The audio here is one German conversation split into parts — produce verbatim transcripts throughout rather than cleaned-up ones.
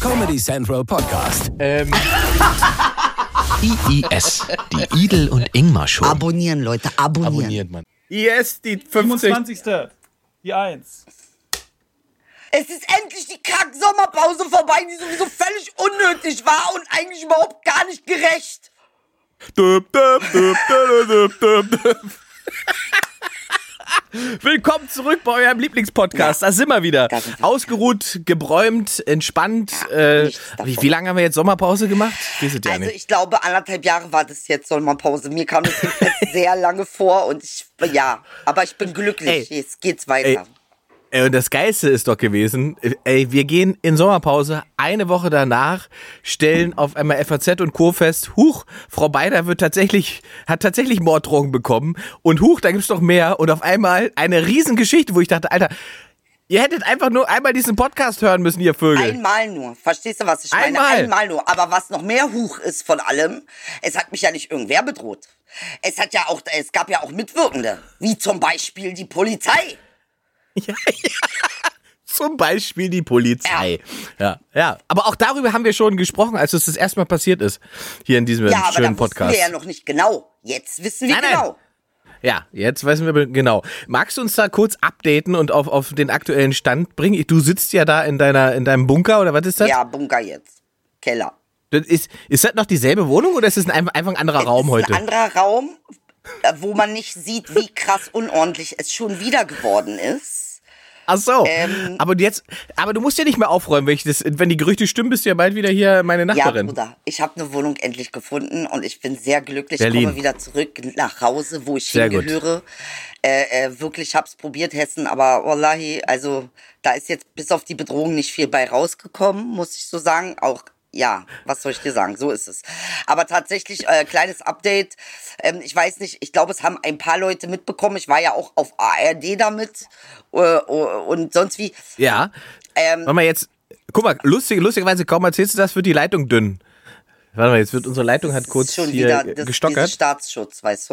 Comedy Central Podcast. Ähm. I I S, die Idel und Ingmar Show. Abonnieren, Leute, abonnieren. Abonniert, Mann. I S, die fünfzig. fünfundzwanzigste Die eins. Es ist endlich die Kack-Sommerpause vorbei, die sowieso völlig unnötig war und eigentlich überhaupt gar nicht gerecht. Dup, dup, dup, dup, dup, dup, dup. Willkommen zurück bei eurem Lieblingspodcast. Ja. Da sind wir wieder. Da sind wir. Ausgeruht, gebräumt, entspannt. Ja, äh, nichts davon. wie, wie lange haben wir jetzt Sommerpause gemacht? Wisst ihr ja Also nicht. ich glaube, anderthalb Jahre war das jetzt Sommerpause. Mir kam das jetzt sehr lange vor und ich, ja, aber ich bin glücklich. Ey. Jetzt geht's weiter. Ey. Ey, und das Geilste ist doch gewesen, ey, wir gehen in Sommerpause, eine Woche danach, stellen auf einmal F A Z und Co. fest, huch, Frau Beider wird tatsächlich, hat tatsächlich Morddrohungen bekommen und huch, da gibt's doch mehr und auf einmal eine Riesengeschichte, wo ich dachte, Alter, ihr hättet einfach nur einmal diesen Podcast hören müssen, ihr Vögel. Einmal nur. Verstehst du, was ich meine? Einmal. Einmal nur. Aber was noch mehr Huch ist von allem, es hat mich ja nicht irgendwer bedroht. Es hat ja auch, es gab ja auch Mitwirkende. Wie zum Beispiel die Polizei. Ja, ja. Zum Beispiel die Polizei. Ja. ja, ja. Aber auch darüber haben wir schon gesprochen, als es das erste Mal passiert ist. Hier in diesem Ja, aber schönen da Podcast. wussten wir ja noch nicht genau. Jetzt wissen wir Nein, nein. genau. Ja, jetzt wissen wir genau. Magst du uns da kurz updaten und auf, auf den aktuellen Stand bringen? Du sitzt ja da in deiner in deinem Bunker, oder was ist das? Ja, Bunker jetzt. Keller. Das ist, ist das noch dieselbe Wohnung oder ist es ein, einfach ein anderer Es Raum ist heute? ein anderer Raum, äh, wo man nicht sieht, wie krass unordentlich es schon wieder geworden ist. Ach so. Ähm, aber jetzt, aber du musst ja nicht mehr aufräumen, wenn, ich das, wenn die Gerüchte stimmen, bist du ja bald wieder hier meine Ja, Nachbarin. Bruder, ich habe eine Wohnung endlich gefunden und ich bin sehr glücklich. Berlin. Ich komme wieder zurück nach Hause, wo ich Sehr gut. hingehöre. Äh, äh, wirklich, hab's probiert, Hessen, aber wallahi, also da ist jetzt bis auf die Bedrohung nicht viel bei rausgekommen, muss ich so sagen. Auch, ja, was soll ich dir sagen, so ist es. Aber tatsächlich, äh, kleines Update, ähm, ich weiß nicht, ich glaube, es haben ein paar Leute mitbekommen. Ich war ja auch auf A R D damit äh, und sonst wie. Ja. Ähm, Warte mal jetzt, guck mal, lustig, lustigerweise kaum erzählst du das, wird die Leitung dünn. Warte mal, jetzt wird unsere Leitung hat kurz schon hier wieder äh, das, gestockert. dieses Staatsschutz, weißt du?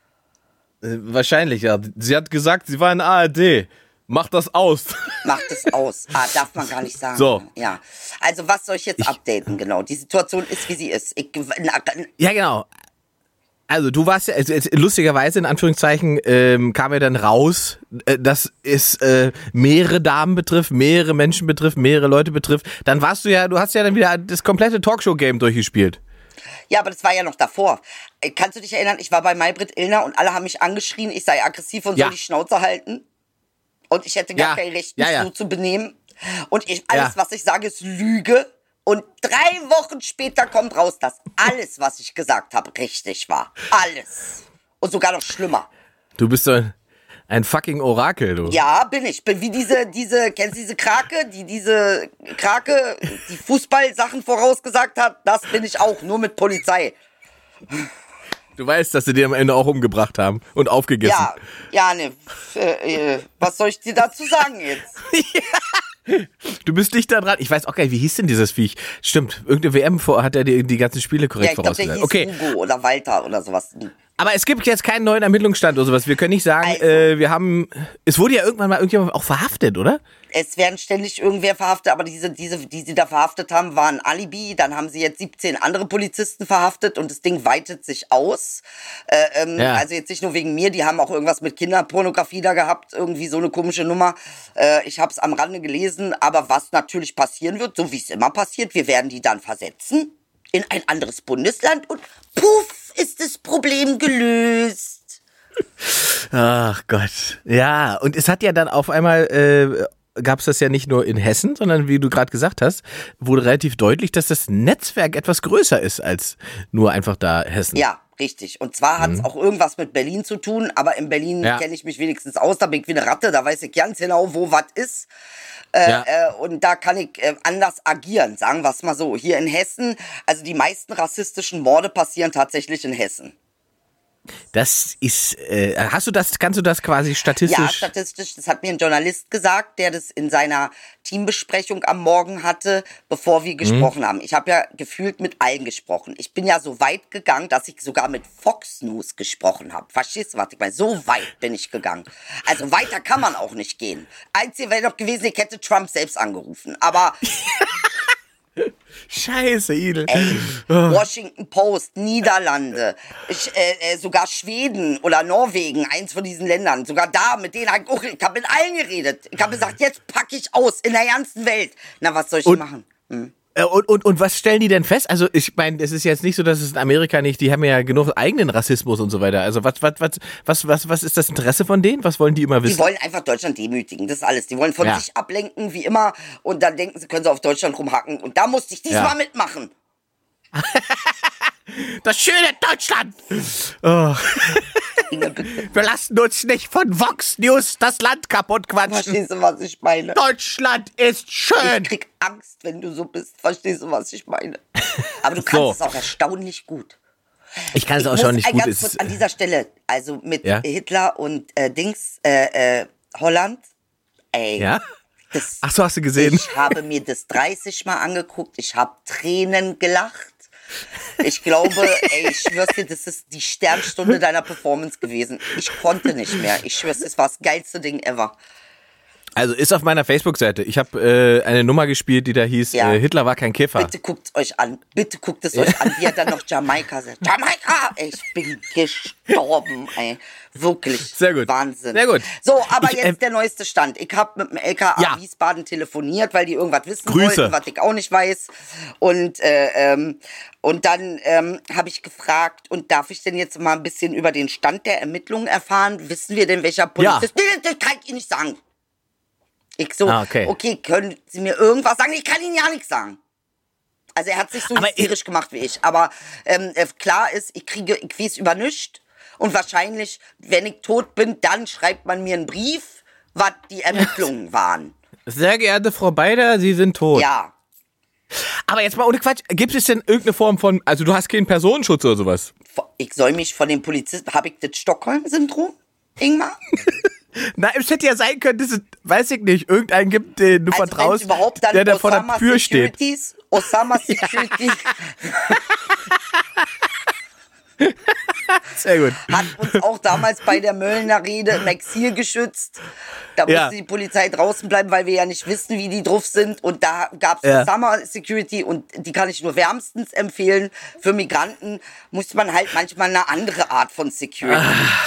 Äh, Wahrscheinlich, ja. Sie hat gesagt, sie war in A R D. Mach das aus. Macht es aus. Ah, darf man gar nicht sagen. So. Ja. Also, was soll ich jetzt Ich- updaten? Genau. Die Situation ist, wie sie ist. Ich, na, Ja, genau. Also du warst ja, also, jetzt lustigerweise in Anführungszeichen ähm, kam ja dann raus, äh, dass es äh, mehrere Damen betrifft, mehrere Menschen betrifft, mehrere Leute betrifft. Dann warst du ja, du hast ja dann wieder das komplette Talkshow-Game durchgespielt. ja, aber das war ja noch davor. Äh, Kannst du dich erinnern, ich war bei Maybrit Illner und alle haben mich angeschrien, ich sei aggressiv und Ja. soll die Schnauze halten. Und ich hätte gar Ja. kein Recht, mich Ja, ja. so zu benehmen. Und ich, alles, Ja. was ich sage, ist Lüge. Und drei Wochen später kommt raus, dass alles, was ich gesagt habe, richtig war. Alles. Und sogar noch schlimmer. Du bist so ein, ein fucking Orakel, du. Ja, bin ich. Bin wie diese, diese, kennst du diese Krake, die diese Krake, die Fußballsachen vorausgesagt hat? Das bin ich auch, nur mit Polizei. Du weißt, dass sie dir am Ende auch umgebracht haben und aufgegessen. Ja, ja, ne, äh, äh, was soll ich dir dazu sagen jetzt? Du bist dichter dran. Ich weiß auch gar nicht, wie hieß denn dieses Viech? Stimmt, irgendeine W M vor, hat er die, die ganzen Spiele Ja, korrekt ich glaube, der vorausgesagt. hieß Okay, Hugo oder Walter oder sowas. aber es gibt jetzt keinen neuen Ermittlungsstand oder sowas. Wir können nicht sagen, Also. äh, wir haben, es wurde ja irgendwann mal irgendjemand auch verhaftet, oder? Es werden ständig irgendwer verhaftet, aber diese, diese, die sie da verhaftet haben, waren Alibi. Dann haben sie jetzt siebzehn andere Polizisten verhaftet und das Ding weitet sich aus. Äh, ähm, Ja. Also jetzt nicht nur wegen mir, die haben auch irgendwas mit Kinderpornografie da gehabt, irgendwie so eine komische Nummer. Äh, ich habe es am Rande gelesen, aber was natürlich passieren wird, so wie es immer passiert, wir werden die dann versetzen in ein anderes Bundesland und puff, ist das Problem gelöst. Ach Gott. Ja, und es hat ja dann auf einmal, äh, gab es das ja nicht nur in Hessen, sondern wie du gerade gesagt hast, wurde relativ deutlich, dass das Netzwerk etwas größer ist als nur einfach da Hessen. Ja, richtig. Und zwar hat es auch irgendwas mit Berlin zu tun, aber in Berlin Ja. kenne ich mich wenigstens aus, da bin ich wie eine Ratte, da weiß ich ganz genau, wo was ist. Äh, Ja. äh, und da kann ich äh, anders agieren, sagen wir es mal so. Hier in Hessen, also die meisten rassistischen Morde passieren tatsächlich in Hessen. Das ist, äh, hast du das, kannst du das quasi statistisch? Ja, statistisch, das hat mir ein Journalist gesagt, der das in seiner Teambesprechung am Morgen hatte, bevor wir gesprochen haben. Ich habe ja gefühlt mit allen gesprochen. Ich bin ja so weit gegangen, dass ich sogar mit Fox News gesprochen habe. Verstehst du, was ich meine? So weit bin ich gegangen. Also weiter kann man auch nicht gehen. Einzige wäre noch gewesen, ich hätte Trump selbst angerufen. Aber Scheiße, Idel. Ey, Washington Post, Niederlande, ich, äh, äh, sogar Schweden oder Norwegen, eins von diesen Ländern, sogar da, mit denen hab ich, auch, ich habe mit allen geredet. Ich habe gesagt, jetzt packe ich aus in der ganzen Welt. Na, was soll ich Und- machen? Hm. Äh, Und, und, und was stellen die denn fest? Also ich meine, es ist jetzt nicht so, dass es in Amerika nicht, die haben ja genug eigenen Rassismus und so weiter. Also was, was, was, was, was, was ist das Interesse von denen? Was wollen die immer Die wissen? wollen einfach Deutschland demütigen, das ist alles. Die wollen von Ja. sich ablenken, wie immer, und dann denken sie, können sie auf Deutschland rumhacken. Und da musste ich diesmal Ja. mitmachen. Das schöne Deutschland! Oh. Inge, bitte. Wir lassen uns nicht von Vox News das Land kaputt quatschen. Verstehst du, was ich meine? Deutschland ist Ich schön! krieg Angst, wenn du so bist. Verstehst du, was ich meine? Aber du kannst So. es auch erstaunlich gut. Ich kann es Ich auch muss schon nicht ein gut. ganz Es kurz ist, an dieser Stelle, also mit Ja? Hitler und äh, Dings, äh, äh, Holland, ey. ja? Das, Ach so, hast du gesehen? Ich habe mir das dreißig Mal angeguckt, ich habe Tränen gelacht. Ich glaube, ey, ich schwör's dir, das ist die Sternstunde deiner Performance gewesen. Ich konnte nicht mehr. Ich schwör's, das war das geilste Ding ever. Also ist auf meiner Facebook-Seite. Ich habe äh, eine Nummer gespielt, die da hieß, Ja. äh, Hitler war kein Kiffer. Bitte guckt euch an. Bitte guckt es euch an, wie er dann noch Jamaika sagt. Jamaika! Ey, ich bin gestorben, ey. Wirklich. Sehr gut. Wahnsinn. Sehr gut. So, aber Ich, jetzt äh, der neueste Stand. Ich habe mit dem L K A Ja. Wiesbaden telefoniert, weil die irgendwas wissen Grüße. wollten, was ich auch nicht weiß. Und, äh, ähm, und dann ähm, habe ich gefragt, und darf ich denn jetzt mal ein bisschen über den Stand der Ermittlungen erfahren? Wissen wir denn, welcher Polizist... Nee, das kann ich Ihnen nicht sagen. Ich so, Ah, okay. okay, können Sie mir irgendwas sagen? Ich kann Ihnen ja nichts sagen. Also er hat sich so Aber hysterisch gemacht wie ich. Aber ähm, äh, klar ist, ich kriege, ich weiß über nichts. Und wahrscheinlich, wenn ich tot bin, dann schreibt man mir einen Brief, was die Ermittlungen waren. Sehr geehrte Frau Beider, Sie sind tot. Ja. Aber jetzt mal ohne Quatsch, gibt es denn irgendeine Form von, also du hast keinen Personenschutz oder sowas? Ich soll mich von den Polizisten, habe ich das Stockholm-Syndrom, Ingmar? Na, es hätte ja sein können, dass es, weiß ich nicht, irgendeinen gibt, den du Also wenn vertraust, es überhaupt dann der da vor der Osama Tür steht. Securities, Osama Security Sehr gut. hat uns auch damals bei der Möllner Rede im Exil geschützt. Da musste Ja. die Polizei draußen bleiben, weil wir ja nicht wissen, wie die drauf sind. Und da gab es Ja. Summer Security und die kann ich nur wärmstens empfehlen. Für Migranten muss man halt manchmal eine andere Art von Security.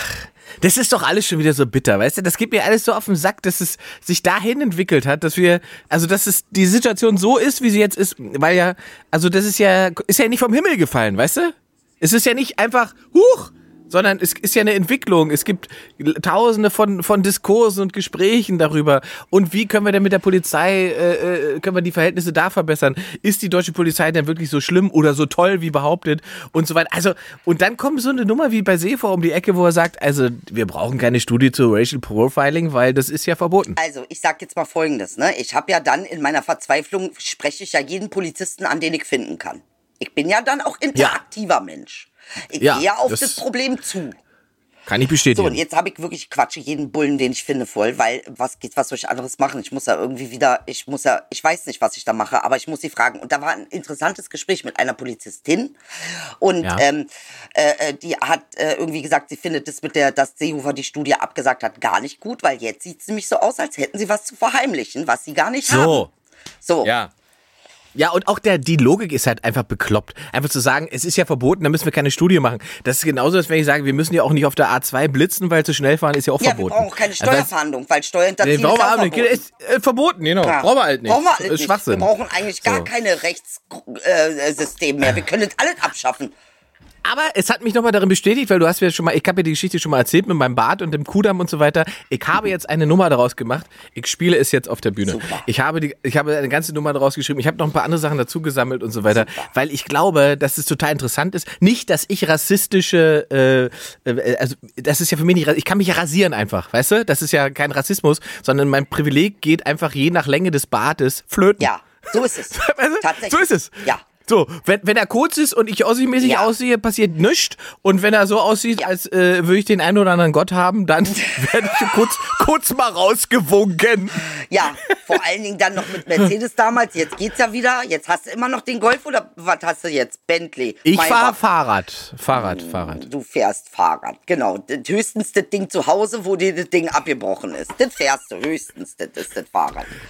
Das ist doch alles schon wieder so bitter, weißt du? Das geht mir alles so auf den Sack, dass es sich dahin entwickelt hat, dass wir, also dass es die Situation so ist, wie sie jetzt ist, weil ja, also das ist ja, ist ja nicht vom Himmel gefallen, weißt du? Es ist ja nicht einfach, huch, sondern es ist ja eine Entwicklung. Es gibt tausende von, von Diskursen und Gesprächen darüber. Und wie können wir denn mit der Polizei, äh, äh, können wir die Verhältnisse da verbessern? Ist die deutsche Polizei denn wirklich so schlimm oder so toll, wie behauptet? Und so weiter. Also, und dann kommt so eine Nummer wie bei Seehofer um die Ecke, wo er sagt, also, wir brauchen keine Studie zu Racial Profiling, weil das ist ja verboten. Also, ich sag jetzt mal Folgendes, ne? Ich habe ja dann in meiner Verzweiflung, spreche ich ja jeden Polizisten an, den ich finden kann. Ich bin ja dann auch interaktiver Mensch. Ich Ja, gehe ja auf das- das Problem zu. Kann ich So, bestätigen. und jetzt habe ich wirklich Quatsche jeden Bullen, den ich finde, voll, weil was geht, was soll ich anderes machen? Ich muss ja irgendwie wieder, ich muss ja, ich weiß nicht, was ich da mache, aber ich muss sie fragen. Und da war ein interessantes Gespräch mit einer Polizistin und Ja. ähm, äh, die hat äh, irgendwie gesagt, sie findet das mit der, dass Seehofer die Studie abgesagt hat, gar nicht gut, weil jetzt sieht es nämlich so aus, als hätten sie was zu verheimlichen, was sie gar nicht haben. So. So. Ja. Ja, und auch der, die Logik ist halt einfach bekloppt. Einfach zu sagen, es ist ja verboten, da müssen wir keine Studie machen. Das ist genauso, als wenn ich sage, wir müssen ja auch nicht auf der A zwei blitzen, weil zu schnell fahren ist ja auch Ja, wir verboten. brauchen auch keine Also das- Steuerfahndung, weil Steuerhinterziehen Nee, brauchen ist wir auch auch nicht. verboten. Ist äh, verboten, genau. Ja. Brauchen wir halt nicht. Brauchen wir Das alles ist nicht. Schwachsinn. Wir brauchen eigentlich gar So. keine Rechtssystem äh, System mehr. Wir können das alles abschaffen. Aber es hat mich nochmal darin bestätigt, weil du hast ja schon mal, ich habe ja die Geschichte schon mal erzählt mit meinem Bart und dem Kudamm und so weiter. Ich habe jetzt eine Nummer daraus gemacht. Ich spiele es jetzt auf der Bühne. Super. Ich habe die, ich habe eine ganze Nummer daraus geschrieben. Ich habe noch ein paar andere Sachen dazu gesammelt und so weiter, Super. weil ich glaube, dass es total interessant ist. Nicht, dass ich rassistische, äh, äh, also das ist ja für mich nicht, ich kann mich ja rasieren einfach, weißt du? Das ist ja kein Rassismus, sondern mein Privileg geht einfach je nach Länge des Bartes flöten. Ja, so ist es. Weißt du? Tatsächlich. So ist es. Ja. So, wenn, wenn er kurz ist und ich aussiemäßig Ja. aussehe, passiert nichts. Und wenn er so aussieht, Ja. als äh, würde ich den einen oder anderen Gott haben, dann werde ich kurz, kurz mal rausgewunken. Ja, vor allen Dingen dann noch mit Mercedes damals. Jetzt geht's ja wieder. Jetzt hast du immer noch den Golf oder was hast du jetzt? Bentley. Ich Maybach. fahre Fahrrad. Fahrrad, Fahrrad. Du fährst Fahrrad, genau. Das, höchstens das Ding zu Hause, wo dir das Ding abgebrochen ist. Das fährst du, höchstens, das ist das Fahrrad. Du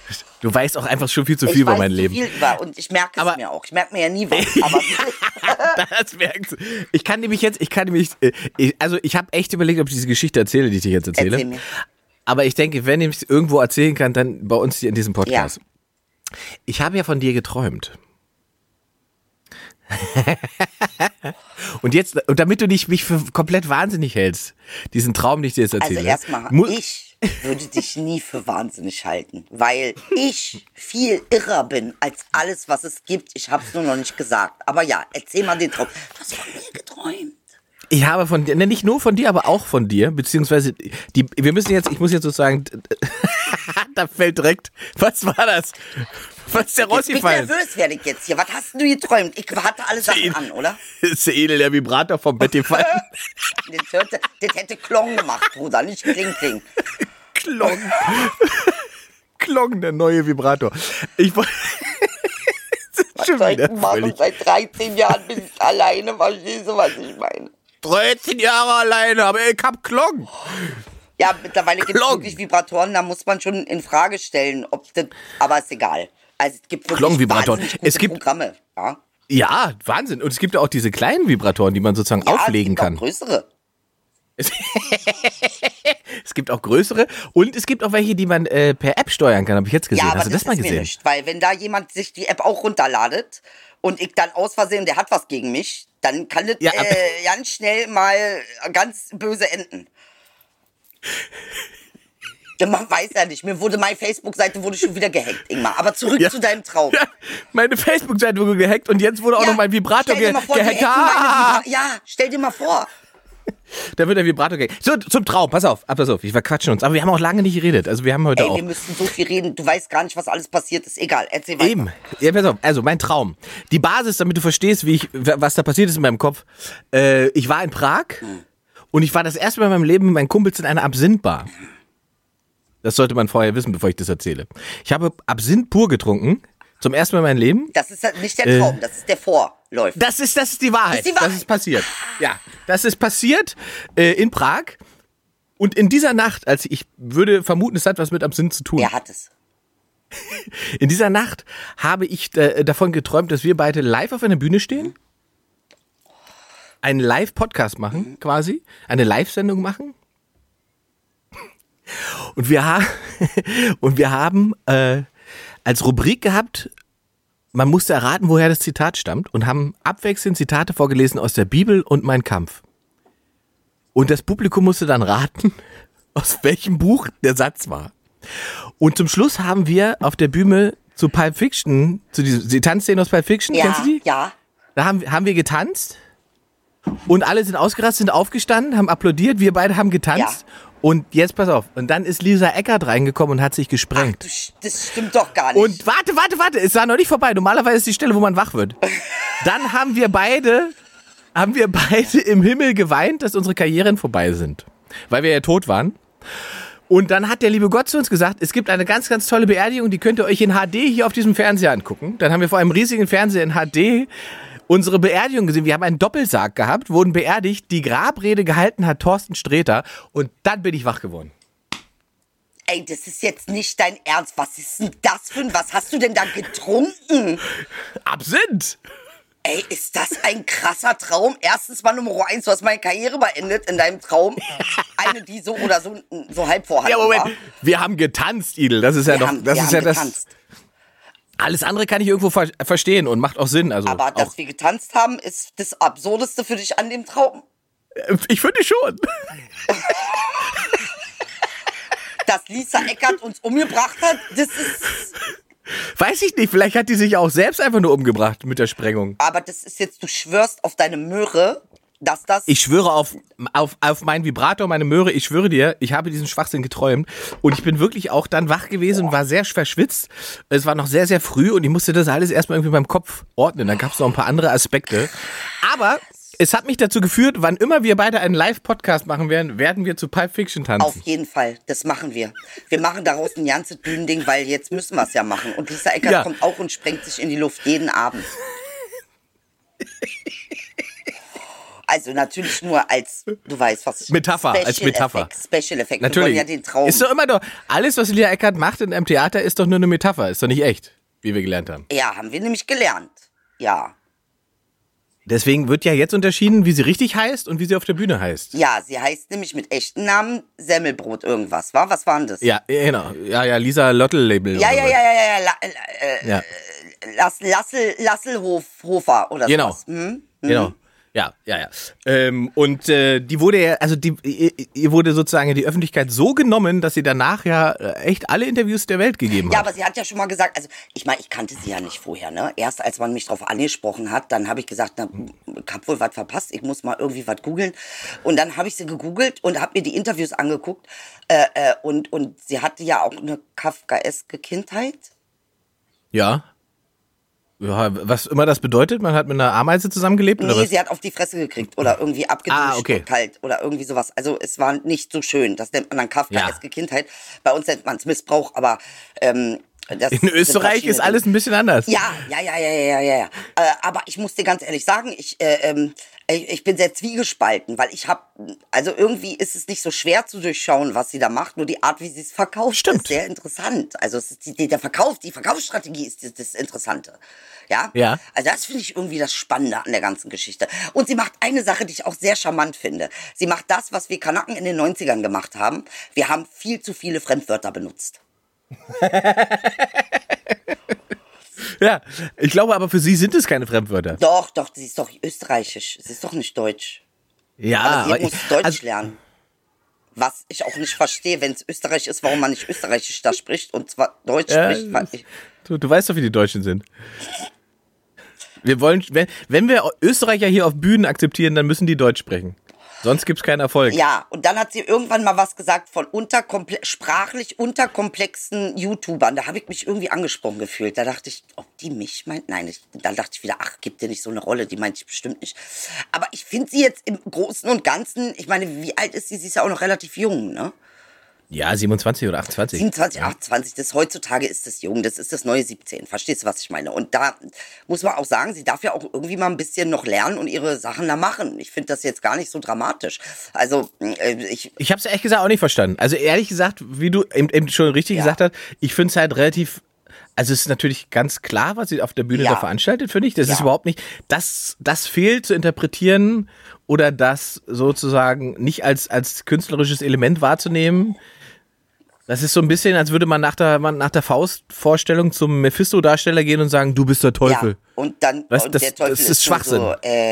Du weißt auch einfach schon viel zu viel ich über weiß mein zu Leben. Viel über und ich merke es Aber- mir auch. Ich merke mir ja nie was. Aber Das merkst du. Ich kann nämlich jetzt, ich kann nämlich, äh, ich, also ich habe echt überlegt, ob ich diese Geschichte erzähle, die ich dir jetzt erzähle. erzähl mir. Aber ich denke, wenn ich es irgendwo erzählen kann, dann bei uns hier in diesem Podcast. Ich habe ja von dir geträumt. Und jetzt, und damit du nicht mich für komplett wahnsinnig hältst, diesen Traum, den ich dir jetzt erzähle. Also erstmal, mu- ich würde dich nie für wahnsinnig halten, weil ich viel irrer bin als alles, was es gibt. Ich habe es nur noch nicht gesagt. Aber ja, erzähl mal den Traum. Du hast von mir geträumt. Ich habe von dir, ne, nicht nur von dir, aber auch von dir, beziehungsweise die, wir müssen jetzt, ich muss jetzt sozusagen, da fällt direkt, was war das? Was ist der Jetzt bin ich rausgefallen? nervös, werde ich jetzt hier. Was hast du geträumt? Ich hatte alle Sachen an, oder? Ist der Edel, der Vibrator vom Bett gefallen? Das hätte, das hätte Klong gemacht, Bruder, nicht Kling Kling. Klong. Klong, der neue Vibrator. Ich wollte. Was soll ich denn machen? Seit dreizehn Jahren bin ich alleine, verstehst du, was ich meine? dreizehn Jahre alleine, aber ich hab Klong. Ja, mittlerweile gibt es Klong. wirklich Vibratoren, da muss man schon in Frage stellen, ob das, aber ist egal. Also es gibt wirklich Klong-Vibratoren. wahnsinnig gute Es gibt- Programme. Ja, Ja, Wahnsinn. Und es gibt auch diese kleinen Vibratoren, die man sozusagen ja, auflegen es gibt kann. auch größere. Es gibt auch größere und es gibt auch welche, die man äh, per App steuern kann, habe ich jetzt gesehen. Ja, aber Hast du das, das, mal ist mir gesehen? nicht, weil wenn da jemand sich die App auch runterladet und ich dann aus Versehen, der hat was gegen mich, dann kann das Ja, aber- äh, ganz schnell mal ganz böse enden. Denn man weiß ja nicht, mir wurde meine Facebook-Seite wurde schon wieder gehackt, Ingmar. Aber zurück Ja. zu deinem Traum. Ja, meine Facebook-Seite wurde gehackt und jetzt wurde auch Ja, noch mein Vibrator stell dir ge mal vor, die gehackt. hacken meine Ah, Vibra- Ja, stell dir mal vor. da wird der Vibrator gehackt. So, zum Traum, pass auf, ah, pass auf, ich verquatschen uns. Aber wir haben auch lange nicht geredet. Also wir haben heute Ey, auch. wir müssen so viel reden. Du weißt gar nicht, was alles passiert ist. Egal, erzähl weiter. Eben. Ja, pass auf. Also mein Traum. Die Basis, damit du verstehst, wie ich, was da passiert ist in meinem Kopf. Äh, ich war in Prag und ich war das erste Mal in meinem Leben mit meinen Kumpels in einer Absinthbar. Das sollte man vorher wissen, bevor ich das erzähle. Ich habe Absinth pur getrunken. Zum ersten Mal in meinem Leben. Das ist halt nicht der Äh. Traum, das ist der Vorläufer. Das ist, das ist die Wahrheit. Das ist die Wahrheit. Das ist passiert. Ja, das ist passiert äh, in Prag. Und in dieser Nacht, als ich würde vermuten, es hat was mit Absinth zu tun. Wer hat es? In dieser Nacht habe ich äh, davon geträumt, dass wir beide live auf einer Bühne stehen, einen Live-Podcast machen, quasi, eine Live-Sendung machen. Und wir, ha und wir haben äh, als Rubrik gehabt, man musste erraten, woher das Zitat stammt, und haben abwechselnd Zitate vorgelesen aus der Bibel und Mein Kampf. Und das Publikum musste dann raten, aus welchem Buch der Satz war. Und zum Schluss haben wir auf der Bühne zu Pulp Fiction, zu dieser die Tanzszene aus Pulp Fiction, Ja, kennst du die? ja. Da haben, haben wir getanzt und alle sind ausgerastet, sind aufgestanden, haben applaudiert, wir beide haben getanzt. Ja. Und jetzt pass auf, und dann ist Lisa Eckert reingekommen und hat sich Ach, gesprengt. du, sch- das stimmt doch gar nicht. Und warte, warte, warte, es war noch nicht vorbei. Normalerweise ist die Stelle, wo man wach wird. Dann haben wir beide, haben wir beide im Himmel geweint, dass unsere Karrieren vorbei sind. Weil wir ja tot waren. Und dann hat der liebe Gott zu uns gesagt, es gibt eine ganz, ganz tolle Beerdigung, die könnt ihr euch in H D hier auf diesem Fernseher angucken. Dann haben wir vor einem riesigen Fernseher in H D unsere Beerdigung gesehen. Wir haben einen Doppelsarg gehabt, wurden beerdigt, die Grabrede gehalten hat Thorsten Sträter und dann bin ich wach geworden. Ey, das ist jetzt nicht dein Ernst. Was ist denn das für ein... Was hast du denn da getrunken? Absinth! Ey, ist das ein krasser Traum? Erstens mal Nummer eins, du hast meine Karriere beendet in deinem Traum. Eine, die so oder so, so halb vorhanden Ja, Moment, war. wir haben getanzt, Idel. Das ist ja Wir doch, haben, das wir ist haben ja das. getanzt. Alles andere kann ich irgendwo ver verstehen und macht auch Sinn. Also Aber dass auch, wir getanzt haben, ist das Absurdeste für dich an dem Traum. ich finde schon. Dass Lisa Eckert uns umgebracht hat, das ist... Weiß ich nicht, vielleicht hat die sich auch selbst einfach nur umgebracht mit der Sprengung. Aber das ist jetzt, du schwörst auf deine Möhre, dass das... Ich schwöre auf, auf, auf meinen Vibrator, meine Möhre, ich schwöre dir, ich habe diesen Schwachsinn geträumt und ich bin wirklich auch dann wach gewesen und war sehr verschwitzt. Es war noch sehr, sehr früh und ich musste das alles erstmal irgendwie in meinem Kopf ordnen. Dann gab es noch ein paar andere Aspekte. Aber es hat mich dazu geführt, wann immer wir beide einen Live-Podcast machen werden, werden wir zu Pulp Fiction tanzen. Auf jeden Fall, das machen wir. Wir machen daraus ein ganzes Bühnending, weil jetzt müssen wir es ja machen. Und Lisa Eckert Ja. kommt auch und sprengt sich in die Luft jeden Abend. Also natürlich nur als, du weißt was. Metapher, Special als Metapher. Effect, Special Effect. Wir Natürlich. wollen ja den Traum. Ist doch immer doch, alles, was Lia Eckert macht in einem Theater, ist doch nur eine Metapher, ist doch nicht echt, wie wir gelernt haben. Ja, haben wir nämlich gelernt. Ja. Deswegen wird ja jetzt unterschieden, wie sie richtig heißt und wie sie auf der Bühne heißt. Ja, sie heißt nämlich mit echten Namen Semmelbrot irgendwas, wa? Was war denn das? Ja, genau. Ja, ja, Lisa Lottl-Label. Ja, oder ja, so. ja, ja, ja, ja, äh, Ja. Lass, Lassel, Lasselhof, Hofer oder Genau. sowas. Hm? Genau. Ja, ja, ja. Ähm, und äh, die wurde ja, also die, ihr, ihr wurde sozusagen in die Öffentlichkeit so genommen, dass sie danach ja echt alle Interviews der Welt gegeben Ja, hat. aber sie hat ja schon mal gesagt, also ich meine, ich kannte sie ja nicht vorher, ne? Erst als man mich drauf angesprochen hat, dann habe ich gesagt, na, ich hab wohl was verpasst, ich muss mal irgendwie was googeln. Und dann habe ich sie gegoogelt und habe mir die Interviews angeguckt. Äh, äh, und, und sie hatte ja auch eine kafkaeske Kindheit. Ja. Ja, was immer das bedeutet, man hat mit einer Ameise zusammengelebt oder Nee, was? sie hat auf die Fresse gekriegt oder irgendwie abgeduscht Ah, okay. und kalt oder irgendwie sowas. Also es war nicht so schön. Das nennt man dann kafkaeske Ja. Kindheit. Bei uns nennt man es Missbrauch, aber ähm, das In sind Österreich verschiedene ist alles ein bisschen anders. Ja, ja, ja, ja, ja, ja, ja. Äh, aber ich muss dir ganz ehrlich sagen, ich, äh, ähm, ich, ich bin sehr zwiegespalten, weil ich habe, also irgendwie ist es nicht so schwer zu durchschauen, was sie da macht, nur die Art, wie sie es verkauft, Stimmt. ist sehr interessant. Also es ist die, die, der Verkauf, die Verkaufsstrategie ist das, das Interessante. Ja? Ja. Also das finde ich irgendwie das Spannende an der ganzen Geschichte. Und sie macht eine Sache, die ich auch sehr charmant finde. Sie macht das, was wir Kanaken in den neunzigern gemacht haben. Wir haben viel zu viele Fremdwörter benutzt. Ja, ich glaube aber für sie sind es keine Fremdwörter. Doch, doch, sie ist doch österreichisch. Sie ist doch nicht deutsch. Ja, Aber sie aber muss ich, Deutsch also, lernen. Was ich auch nicht verstehe, wenn es Österreich ist, warum man nicht Österreichisch da spricht und zwar Deutsch Ja, spricht. Weil ich, du, du weißt doch, wie die Deutschen sind. Wir wollen, wenn, wenn wir Österreicher hier auf Bühnen akzeptieren, dann müssen die Deutsch sprechen. Sonst gibt's keinen Erfolg. ja, und dann hat sie irgendwann mal was gesagt von unterkomple- sprachlich unterkomplexen YouTubern. Da habe ich mich irgendwie angesprochen gefühlt. Da dachte ich, ob die mich meint? Nein, ich, dann dachte ich wieder, ach, gibt dir nicht so eine Rolle. Die meinte ich bestimmt nicht. Aber ich finde sie jetzt im Großen und Ganzen, ich meine, wie alt ist sie? Sie ist ja auch noch relativ jung, ne? Ja, siebenundzwanzig oder achtundzwanzig. siebenundzwanzig, achtundzwanzig, das heutzutage ist das jung, das ist das neue siebzehn. Verstehst du, was ich meine? Und da muss man auch sagen, sie darf ja auch irgendwie mal ein bisschen noch lernen und ihre Sachen da machen. Ich finde das jetzt gar nicht so dramatisch. Also, äh, ich, Ich habe es ehrlich gesagt auch nicht verstanden. Also ehrlich gesagt, wie du eben, eben schon richtig Ja. gesagt hast, ich finde es halt relativ, also es ist natürlich ganz klar, was sie auf der Bühne Ja. da veranstaltet, finde ich. Das Ja. ist überhaupt nicht, das, das fehlt zu interpretieren oder das sozusagen nicht als, als künstlerisches Element wahrzunehmen. Das ist so ein bisschen, als würde man nach der, man nach der Faustvorstellung zum Mephisto-Darsteller gehen und sagen, du bist der Teufel. ja, und dann, Weißt, und das- der Teufel das ist ist nur Schwachsinn. so,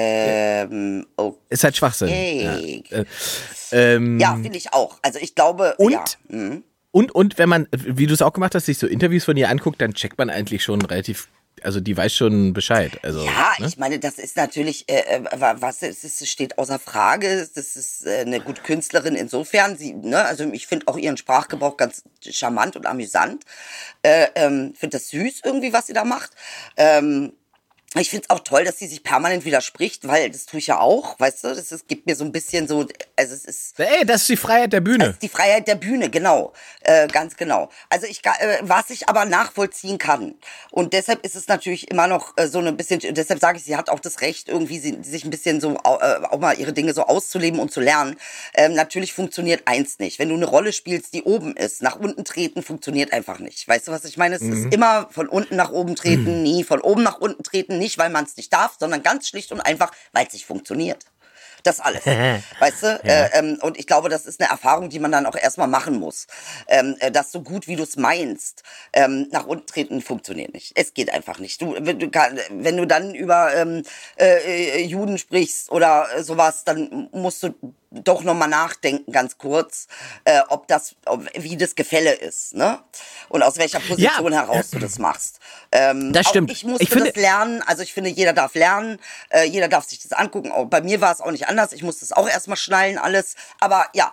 ähm, okay. Ist halt Schwachsinn. Ja, Ja. Äh, ähm, ja finde ich auch. Also ich glaube, Und? ja. Mhm. Und, und wenn man, wie du es auch gemacht hast, sich so Interviews von ihr anguckt, dann checkt man eigentlich schon relativ, also die weiß schon Bescheid. Also, Ja, ne? ich meine, das ist natürlich, äh, äh, was es ist, es steht außer Frage. Das ist äh, eine gute Künstlerin insofern. Sie, ne, also ich finde auch ihren Sprachgebrauch ganz charmant und amüsant. Äh, ähm, finde das süß irgendwie, was sie da macht. Ähm, Ich finde es auch toll, dass sie sich permanent widerspricht, weil das tue ich ja auch, weißt du, das ist, gibt mir so ein bisschen so, also es ist Ey, das ist die Freiheit der Bühne. das ist die Freiheit der Bühne, genau, äh, ganz genau. Also ich, äh, was ich aber nachvollziehen kann und deshalb ist es natürlich immer noch äh, so ein bisschen, deshalb sage ich, sie hat auch das Recht, irgendwie sie, sich ein bisschen so, äh, auch mal ihre Dinge so auszuleben und zu lernen. Ähm, natürlich funktioniert eins nicht. Wenn du eine Rolle spielst, die oben ist, nach unten treten funktioniert einfach nicht. Weißt du, was ich meine? Es Mhm. ist immer von unten nach oben treten, nie von oben nach unten treten, nicht weil man es nicht darf, sondern ganz schlicht und einfach, weil es nicht funktioniert. Das alles. Weißt du? Äh, ähm, und ich glaube, das ist eine Erfahrung, die man dann auch erstmal machen muss. Ähm, äh, dass so gut, wie du es meinst, ähm, nach unten treten funktioniert nicht. Es geht einfach nicht. Du, wenn, du, kann- wenn du dann über ähm, äh, äh, Juden sprichst oder äh, sowas, dann musst du doch nochmal nachdenken, ganz kurz, äh, ob das, ob, wie das Gefälle ist, ne? Und aus welcher Position Ja. heraus du das machst. Ähm, Das auch stimmt. Ich musste Ich finde- das lernen, also ich finde, jeder darf lernen, äh, jeder darf sich das angucken. Auch bei mir war es auch nicht anders, ich musste es auch erstmal schnallen, alles, aber ja.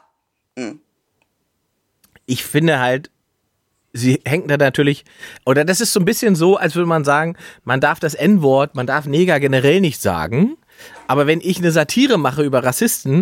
Ich finde halt, sie hängt da natürlich, oder das ist so ein bisschen so, als würde man sagen, man darf das N-Wort, man darf Neger generell nicht sagen, aber wenn ich eine Satire mache über Rassisten,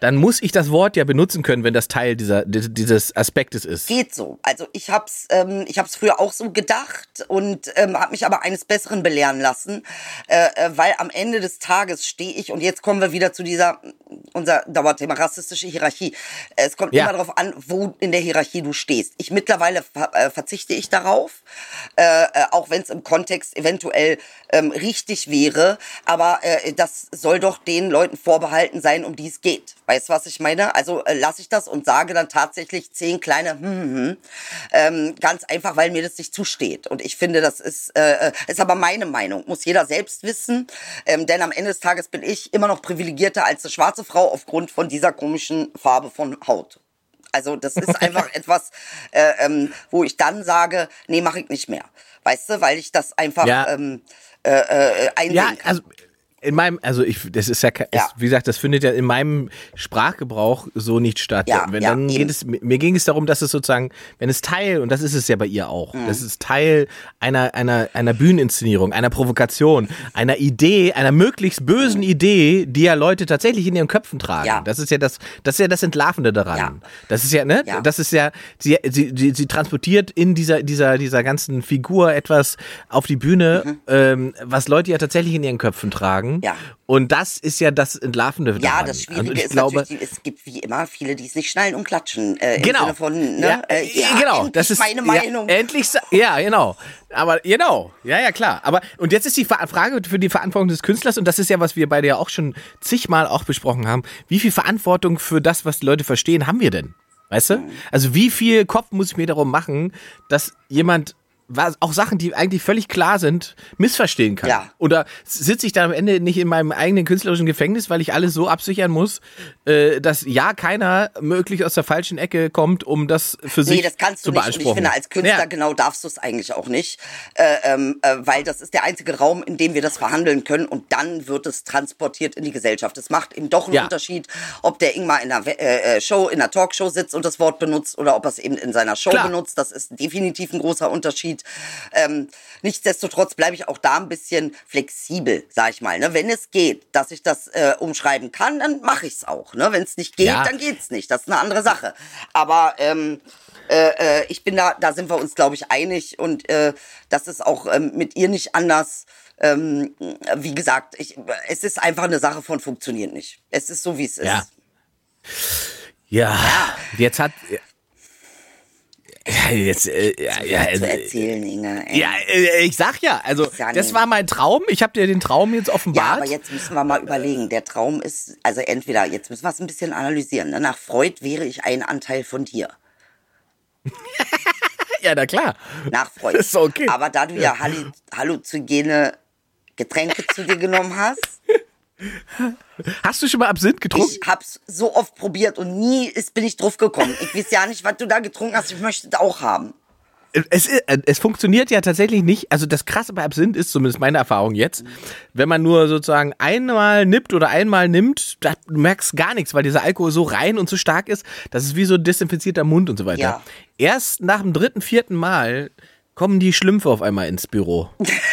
dann muss ich das Wort ja benutzen können, wenn das Teil dieser, dieses Aspektes ist. Geht so. Also ich hab's, ähm, ich hab's früher auch so gedacht und ähm, habe mich aber eines Besseren belehren lassen, äh, äh, weil am Ende des Tages stehe ich, und jetzt kommen wir wieder zu dieser, unser Dauerthema, rassistische Hierarchie. Es kommt Ja. immer darauf an, wo in der Hierarchie du stehst. Ich mittlerweile ver äh, verzichte ich darauf, äh, äh, auch wenn es im Kontext eventuell ähm, richtig wäre, aber äh, das soll doch den Leuten vorbehalten sein, um die es geht. Weißt du, was ich meine? Also äh, lasse ich das und sage dann tatsächlich zehn kleine hm, hm, hm, ähm, ganz einfach, weil mir das nicht zusteht. Und ich finde, das ist, äh, ist aber meine Meinung. Muss jeder selbst wissen, ähm, denn am Ende des Tages bin ich immer noch privilegierter als eine schwarze Frau aufgrund von dieser komischen Farbe von Haut. Also das ist einfach etwas, äh, ähm, wo ich dann sage, nee, mache ich nicht mehr. Weißt du, weil ich das einfach Ja. ähm, äh, äh, einsehen Ja, kann. also in meinem, also ich, das ist ja, ke- Ja. Ist, wie gesagt, das findet ja in meinem Sprachgebrauch so nicht statt. Ja, wenn, ja, dann eben. geht es, mir ging es darum, dass es sozusagen, wenn es Teil, und das ist es ja bei ihr auch, Mhm. das ist Teil einer, einer, einer Bühneninszenierung, einer Provokation, einer Idee, einer möglichst bösen Idee, die ja Leute tatsächlich in ihren Köpfen tragen. Ja. Das ist ja das, das ist ja das Entlarvende daran. Ja. Das ist ja, ne, Ja. das ist ja, sie, sie, sie, sie transportiert in dieser, dieser, dieser ganzen Figur etwas auf die Bühne, ähm, was Leute ja tatsächlich in ihren Köpfen tragen. Ja. Und das ist ja das Entlarvende daran. Ja, das Schwierige Und ich ist glaube, natürlich, die, es gibt wie immer viele, die es nicht schnallen und klatschen. Äh, im Genau. Sinne von, ne? Ja, äh, ja, genau. endlich Das ist meine Meinung. Ja, endlich, sa- ja, genau. Aber genau, ja, ja, klar. Aber und jetzt ist die Fa- Frage für die Verantwortung des Künstlers, und das ist ja, was wir beide ja auch schon zigmal auch besprochen haben. Wie viel Verantwortung für das, was die Leute verstehen, haben wir denn? Weißt du? Also wie viel Kopf muss ich mir darum machen, dass jemand was, auch Sachen, die eigentlich völlig klar sind, missverstehen kann. Ja. Oder sitze ich dann am Ende nicht in meinem eigenen künstlerischen Gefängnis, weil ich alles so absichern muss, äh, dass ja keiner möglich aus der falschen Ecke kommt, um das für sich Nee, das kannst du zu nicht. Und beanspruchen. ich finde, als Künstler Ja. genau darfst du es eigentlich auch nicht, äh, ähm, äh, weil das ist der einzige Raum, in dem wir das verhandeln können, und dann wird es transportiert in die Gesellschaft. Es macht eben doch einen Ja. Unterschied, ob der Ingmar in einer äh, Show, in einer Talkshow sitzt und das Wort benutzt oder ob er es eben in seiner Show Klar. benutzt. Das ist definitiv ein großer Unterschied. Ähm, nichtsdestotrotz bleibe ich auch da ein bisschen flexibel, sag ich mal. Ne? Wenn es geht, dass ich das äh, umschreiben kann, dann mache ich es auch. Ne? Wenn es nicht geht, Ja. dann geht's nicht. Das ist eine andere Sache. Aber ähm, äh, äh, ich bin da, da sind wir uns, glaube ich, einig, und äh, das ist auch ähm, mit ihr nicht anders. Ähm, wie gesagt, ich, es ist einfach eine Sache von funktioniert nicht. Es ist so, wie es ist. Ja. Ja, jetzt hat. Ja, jetzt, äh, ja, ja, Zu äh, erzählen, Inge. ey. ja, äh, ich sag ja, also Ist ja das nicht- war mein Traum. Ich habe dir den Traum jetzt Ja, offenbart. aber jetzt müssen wir mal überlegen. Der Traum ist, also entweder, jetzt müssen wir es ein bisschen analysieren. Ne? Nach Freud wäre ich ein Anteil von dir. Ja, na klar. Nach Freud. Ist okay. Aber da du ja halli- halluzogene Getränke zu dir genommen hast, Hast du schon mal Absinth getrunken? ich hab's so oft probiert und nie ist, bin ich drauf gekommen. Ich weiß ja nicht, was du da getrunken hast. Ich möchte es auch haben. Es, ist- es funktioniert ja tatsächlich nicht. Also das Krasse bei Absinth ist, zumindest meine Erfahrung jetzt, wenn man nur sozusagen einmal nippt oder einmal nimmt, da du merkst gar nichts, weil dieser Alkohol so rein und so stark ist, das ist wie so ein desinfizierter Mund und so weiter. Ja. Erst nach dem dritten, vierten Mal kommen die Schlümpfe auf einmal ins Büro.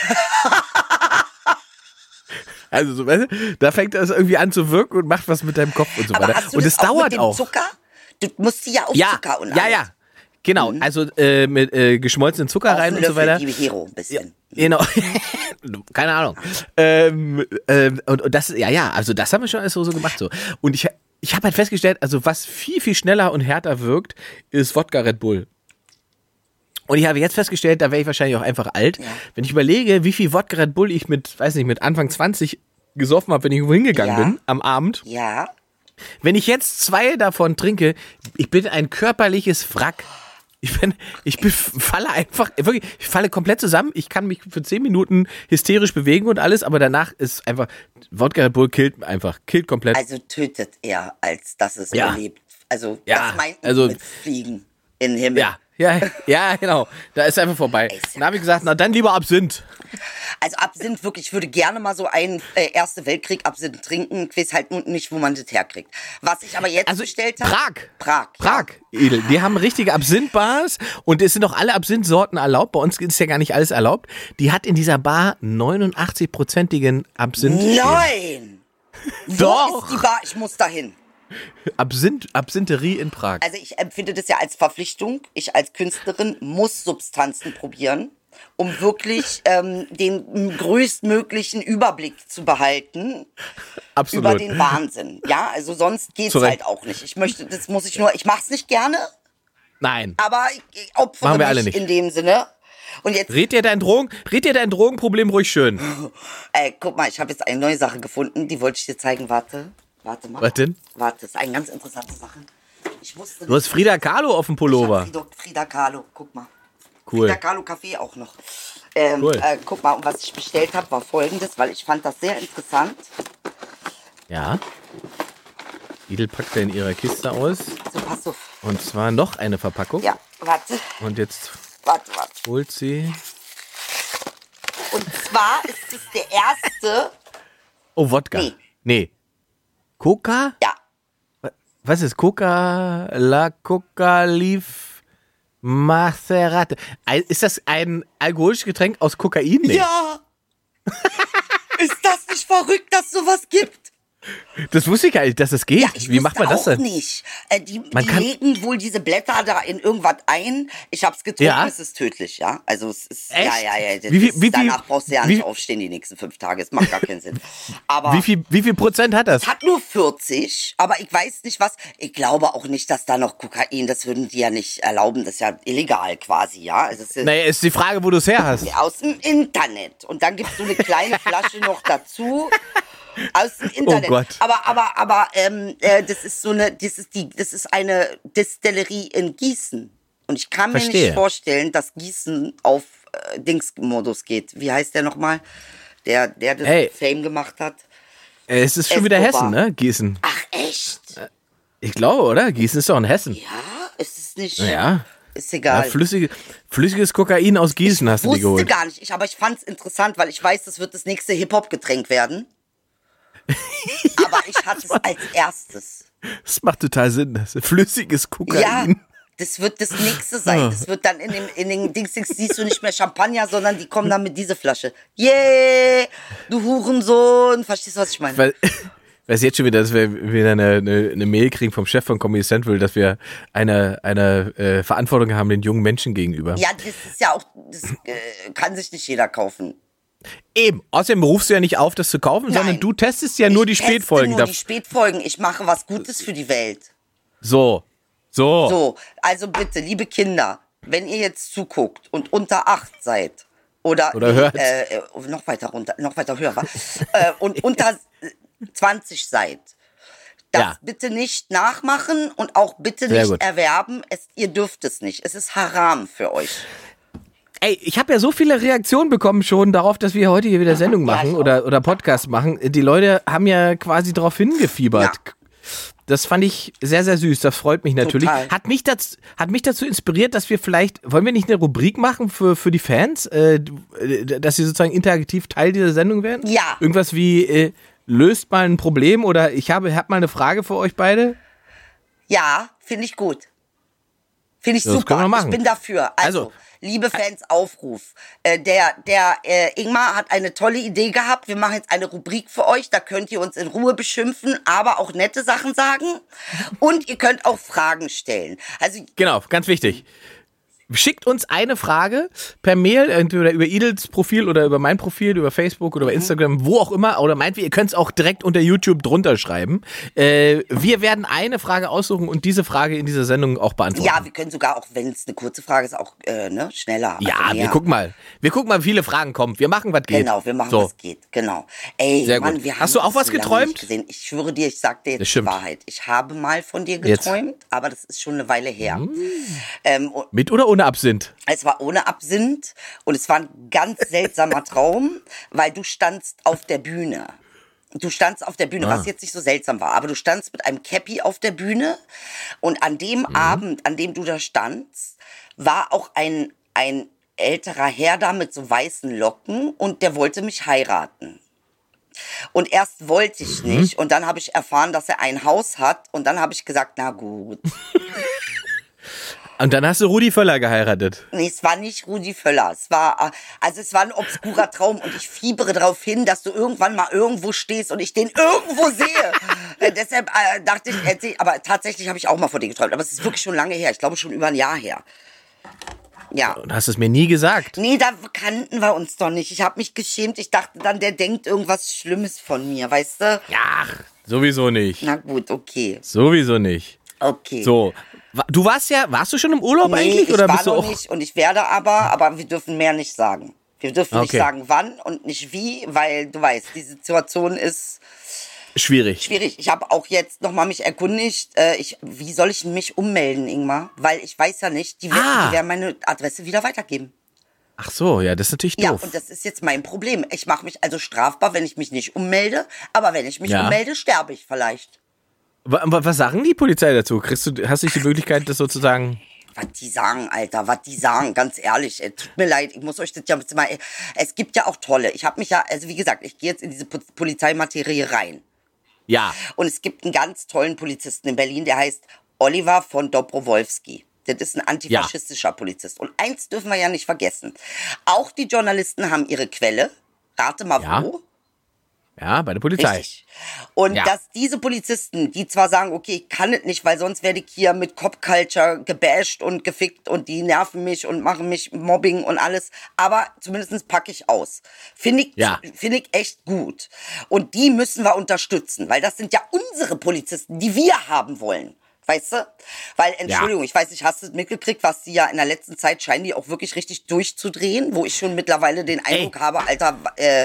Also so, weißt du, da fängt das irgendwie an zu wirken und macht was mit deinem Kopf und so Aber weiter. hast du Und das es auch dauert mit dem auch. Zucker? Du musst die ja auf Ja, Zucker und ja, alles. ja. Genau, also äh, mit äh, geschmolzenen Zucker Auf rein einen und so Löffel, weiter. die Hero ein bisschen. Genau. Keine Ahnung. Ähm, ähm, und, und das, ja, ja, also das haben wir schon alles so, so gemacht. So. Und ich, ich habe halt festgestellt, also was viel, viel schneller und härter wirkt, ist Wodka Red Bull. Und ich habe jetzt festgestellt, da wäre ich wahrscheinlich auch einfach alt. Ja. Wenn ich überlege, wie viel Wodka Red Bull ich mit, weiß nicht, mit Anfang zwanzig gesoffen habe, wenn ich irgendwo hingegangen Ja. bin, am Abend. Ja. Wenn ich jetzt zwei davon trinke, ich bin ein körperliches Wrack. Ich bin, ich bin, falle einfach, wirklich, ich falle komplett zusammen. Ich kann mich für zehn Minuten hysterisch bewegen und alles, aber danach ist einfach, Wodka Red Bull killt einfach, killt komplett. Also tötet er, als dass es Ja. überlebt. Also, Ja, was meint also- mit Fliegen in den Himmel? ja, ja, ja, genau. Da ist einfach vorbei. Ist ja Dann habe ich gesagt, na dann lieber Absinth. Also Absinth, wirklich, ich würde gerne mal so einen äh, Erste Weltkrieg Absinth trinken. Ich weiß halt nur nicht, wo man das herkriegt. Was ich aber jetzt Also bestellt habe. Prag. Prag. Prag, Edel. Die haben richtige Absinth-Bars und es sind auch alle Absinth-Sorten erlaubt. Bei uns ist ja gar nicht alles erlaubt. Die hat in dieser Bar neunundachtzig-prozentigen Absinth. Nein! Wo Doch. ist die Bar? Ich muss dahin. Absinth, Absintherie in Prag. Also ich empfinde das ja als Verpflichtung. Ich als Künstlerin muss Substanzen probieren, um wirklich ähm, den größtmöglichen Überblick zu behalten. Absolut. Über den Wahnsinn. Ja, also sonst geht's halt auch nicht. Ich möchte, das muss ich nur, ich mach's nicht gerne, Nein. aber ich, ich opfere Machen wir mich alle nicht. in dem Sinne. Und jetzt, Red dir dein Drogen, red dir dein Drogenproblem ruhig schön. ey, guck mal, ich habe jetzt eine neue Sache gefunden, die wollte ich dir zeigen. Warte, warte mal. Was denn? Warte, das ist eine ganz interessante Sache. Ich wusste Du hast Frida Kahlo auf dem Pullover. Ich hab Frida, Frida Kahlo, guck mal. Cool. Frida Kahlo Kaffee auch noch. Ähm, Cool. äh, guck mal, und was ich bestellt habe, war folgendes, weil ich fand das sehr interessant. Ja. Idel packt er in ihrer Kiste aus. So, pass auf. Und zwar noch eine Verpackung. Ja, warte, Und jetzt warte, warte. holt sie. Und zwar ist es der erste, Oh, Wodka. Nee. Nee. Coca? ja, Was ist Coca? La Coca Leaf Macerate. Ein- Ist das ein alkoholisches Getränk aus Kokain? Nee. ja. Ist das nicht verrückt, dass sowas gibt? Das wusste ich gar nicht, dass das geht. Ja, ich Wie macht man das wusste auch denn? nicht. Äh, die Man die kann- legen wohl diese Blätter da in irgendwas ein. Ich hab's getrunken, Ja? es ist tödlich, ja. Also es ist, Echt? ja, ja, ja. Das Wie viel- ist, wie viel- danach brauchst du ja wie- nicht aufstehen die nächsten fünf Tage. Es macht gar keinen Sinn. Aber Wie viel, wie viel Prozent hat das? es hat nur vierzig, aber ich weiß nicht was. Ich glaube auch nicht, dass da noch Kokain, das würden die ja nicht erlauben. Das ist ja illegal quasi, ja. Also es ist Naja, ist die Frage, wo du es her hast. aus dem Internet. Und dann gibt's so eine kleine Flasche noch dazu. Aus dem Internet. Oh Gott. Aber, aber, aber, ähm, äh, das ist so eine, das ist die, das ist eine Distillerie in Gießen. Und ich kann mir Verstehe. nicht vorstellen, dass Gießen auf äh, Dingsmodus geht. Wie heißt der nochmal? Der, der das Hey. Fame gemacht hat. Äh, Es ist schon wieder Escobar. Hessen, ne? Gießen. Ach, echt? Ich glaube, oder? Gießen ist doch in Hessen. Ja, ist es nicht? Ja. Ist Ja, egal. flüssige, flüssiges Kokain aus Gießen hast du dir Wusste geholt. gar nicht. Ich, aber ich fand's interessant, weil ich weiß, das wird das nächste Hip-Hop-Getränk werden. Aber ich hatte es als erstes. Das macht total Sinn. Das ist flüssiges Kokain. Ja, das wird das nächste sein. Das wird dann in, dem, in den Dingsdings, siehst du nicht mehr Champagner, sondern die kommen dann mit dieser Flasche. Yeah, du Hurensohn. Verstehst du, was ich meine? Weil, weiß jetzt schon wieder, dass wir wieder eine, eine, eine Mail kriegen vom Chef von Comedy Central, dass wir eine, eine äh, Verantwortung haben den jungen Menschen gegenüber. Ja, das ist ja auch, das äh, kann sich nicht jeder kaufen. Eben. Außerdem rufst du ja nicht auf, das zu kaufen, Nein. sondern du testest ja nur die Ich teste Spätfolgen. nur Da- die Spätfolgen. Ich mache was Gutes für die Welt. So. So. So, also bitte, liebe Kinder, wenn ihr jetzt zuguckt und unter acht seid oder, Oder hört. Äh, äh, noch weiter runter, noch weiter höher war, äh, und unter zwanzig seid, das Ja. bitte nicht nachmachen und auch bitte Sehr nicht gut. erwerben. Es, ihr dürft es nicht. Es ist Haram für euch. Ey, ich habe ja so viele Reaktionen bekommen schon darauf, dass wir heute hier wieder Sendung Ja, machen ich auch. oder, oder Podcast machen. Die Leute haben ja quasi darauf hingefiebert. Ja. Das fand ich sehr, sehr süß. Das freut mich natürlich. Total. Hat mich, dazu, hat mich dazu inspiriert, dass wir vielleicht, wollen wir nicht eine Rubrik machen für, für die Fans, äh, dass sie sozusagen interaktiv Teil dieser Sendung werden? Ja. Irgendwas wie, äh, löst mal ein Problem oder ich habe, hab mal eine Frage für euch beide. Ja, finde ich gut. Finde ich Ja, das super. können wir machen. Ich bin dafür. Also, Also, liebe Fans, Aufruf. Äh, der der äh, Ingmar hat eine tolle Idee gehabt. Wir machen jetzt eine Rubrik für euch. Da könnt ihr uns in Ruhe beschimpfen, aber auch nette Sachen sagen. Und ihr könnt auch Fragen stellen. Also, Genau, ganz wichtig. Schickt uns eine Frage per Mail, entweder über Idels Profil oder über mein Profil, über Facebook oder über Instagram, wo auch immer. Oder meint ihr, ihr könnt es auch direkt unter YouTube drunter schreiben. Äh, wir werden eine Frage aussuchen und diese Frage in dieser Sendung auch beantworten. ja, wir können sogar, auch wenn es eine kurze Frage ist, auch äh, ne, schneller. Ja, also wir mehr. gucken mal. Wir gucken mal, wie viele Fragen kommen. Wir machen, was geht. Genau, wir machen, so. was geht. Genau. Ey, Sehr Mann, gut. wir haben Hast du auch uns was so lange geträumt? nicht gesehen. Ich schwöre dir, ich sag dir Das jetzt die stimmt. Wahrheit. Ich habe mal von dir Jetzt. geträumt, aber das ist schon eine Weile her. Ähm, und Mit oder ohne Absinth? es war ohne Absinth und es war ein ganz seltsamer Traum, weil du standst auf der Bühne. Du standst auf der Bühne, Ah. was jetzt nicht so seltsam war, aber du standst mit einem Käppi auf der Bühne und an dem Mhm. Abend, an dem du da standst, war auch ein, ein älterer Herr da mit so weißen Locken und der wollte mich heiraten. Und erst wollte ich Mhm. nicht und dann habe ich erfahren, dass er ein Haus hat und dann habe ich gesagt, na gut. Und dann hast du Rudi Völler geheiratet. Nee, es war nicht Rudi Völler. Es war, äh, also es war ein obskurer Traum und ich fiebere darauf hin, dass du irgendwann mal irgendwo stehst und ich den irgendwo sehe. Äh, deshalb äh, dachte ich, erzähl, aber tatsächlich habe ich auch mal von dir geträumt. Aber es ist wirklich schon lange her. Ich glaube schon über ein Jahr her. Ja. Und hast es mir nie gesagt. Nee, da kannten wir uns doch nicht. Ich habe mich geschämt. Ich dachte dann, der denkt irgendwas Schlimmes von mir, weißt du? Ja, sowieso nicht. Na gut, okay. Sowieso nicht. Okay. So, wa- du warst ja, warst du schon im Urlaub Nee, eigentlich? ich Oder war bist du noch auch? nicht und ich werde aber, aber wir dürfen mehr nicht sagen. Wir dürfen nicht Okay. sagen, wann und nicht wie, weil du weißt, die Situation ist Schwierig. schwierig. Ich habe auch jetzt nochmal mich erkundigt, äh, ich, wie soll ich mich ummelden, Ingmar? Weil ich weiß ja nicht, die werden, Ah. die werden meine Adresse wieder weitergeben. Ach so, ja, das ist natürlich Ja, doof. und das ist jetzt mein Problem. Ich mache mich also strafbar, wenn ich mich nicht ummelde, aber wenn ich mich Ja. ummelde, sterbe ich vielleicht. Wa- wa- Was sagen die Polizei dazu? Kriegst du, hast du die Möglichkeit, das sozusagen? Was die sagen, Alter, was die sagen, ganz ehrlich, ey, tut mir leid, ich muss euch das ja mal, es gibt ja auch tolle, ich habe mich ja, also wie gesagt, ich gehe jetzt in diese Po- Polizeimaterie rein. Ja. Und es gibt einen ganz tollen Polizisten in Berlin, der heißt Oliver von Dobrowolski. Das ist ein antifaschistischer Polizist. Und eins dürfen wir ja nicht vergessen. Auch die Journalisten haben ihre Quelle. Rate mal Ja. wo. Ja, bei der Polizei. Richtig. Und Ja. dass diese Polizisten, die zwar sagen, okay, ich kann es nicht, weil sonst werde ich hier mit Cop-Culture gebasht und gefickt und die nerven mich und machen mich Mobbing und alles, aber zumindest packe ich aus. Finde ich, Ja. finde ich echt gut. Und die müssen wir unterstützen, weil das sind ja unsere Polizisten, die wir haben wollen. Weißt du? Weil, Entschuldigung, ich weiß nicht, hast du es mitgekriegt, was die ja in der letzten Zeit scheinen, die auch wirklich richtig durchzudrehen, wo ich schon mittlerweile den Eindruck habe, Alter, äh,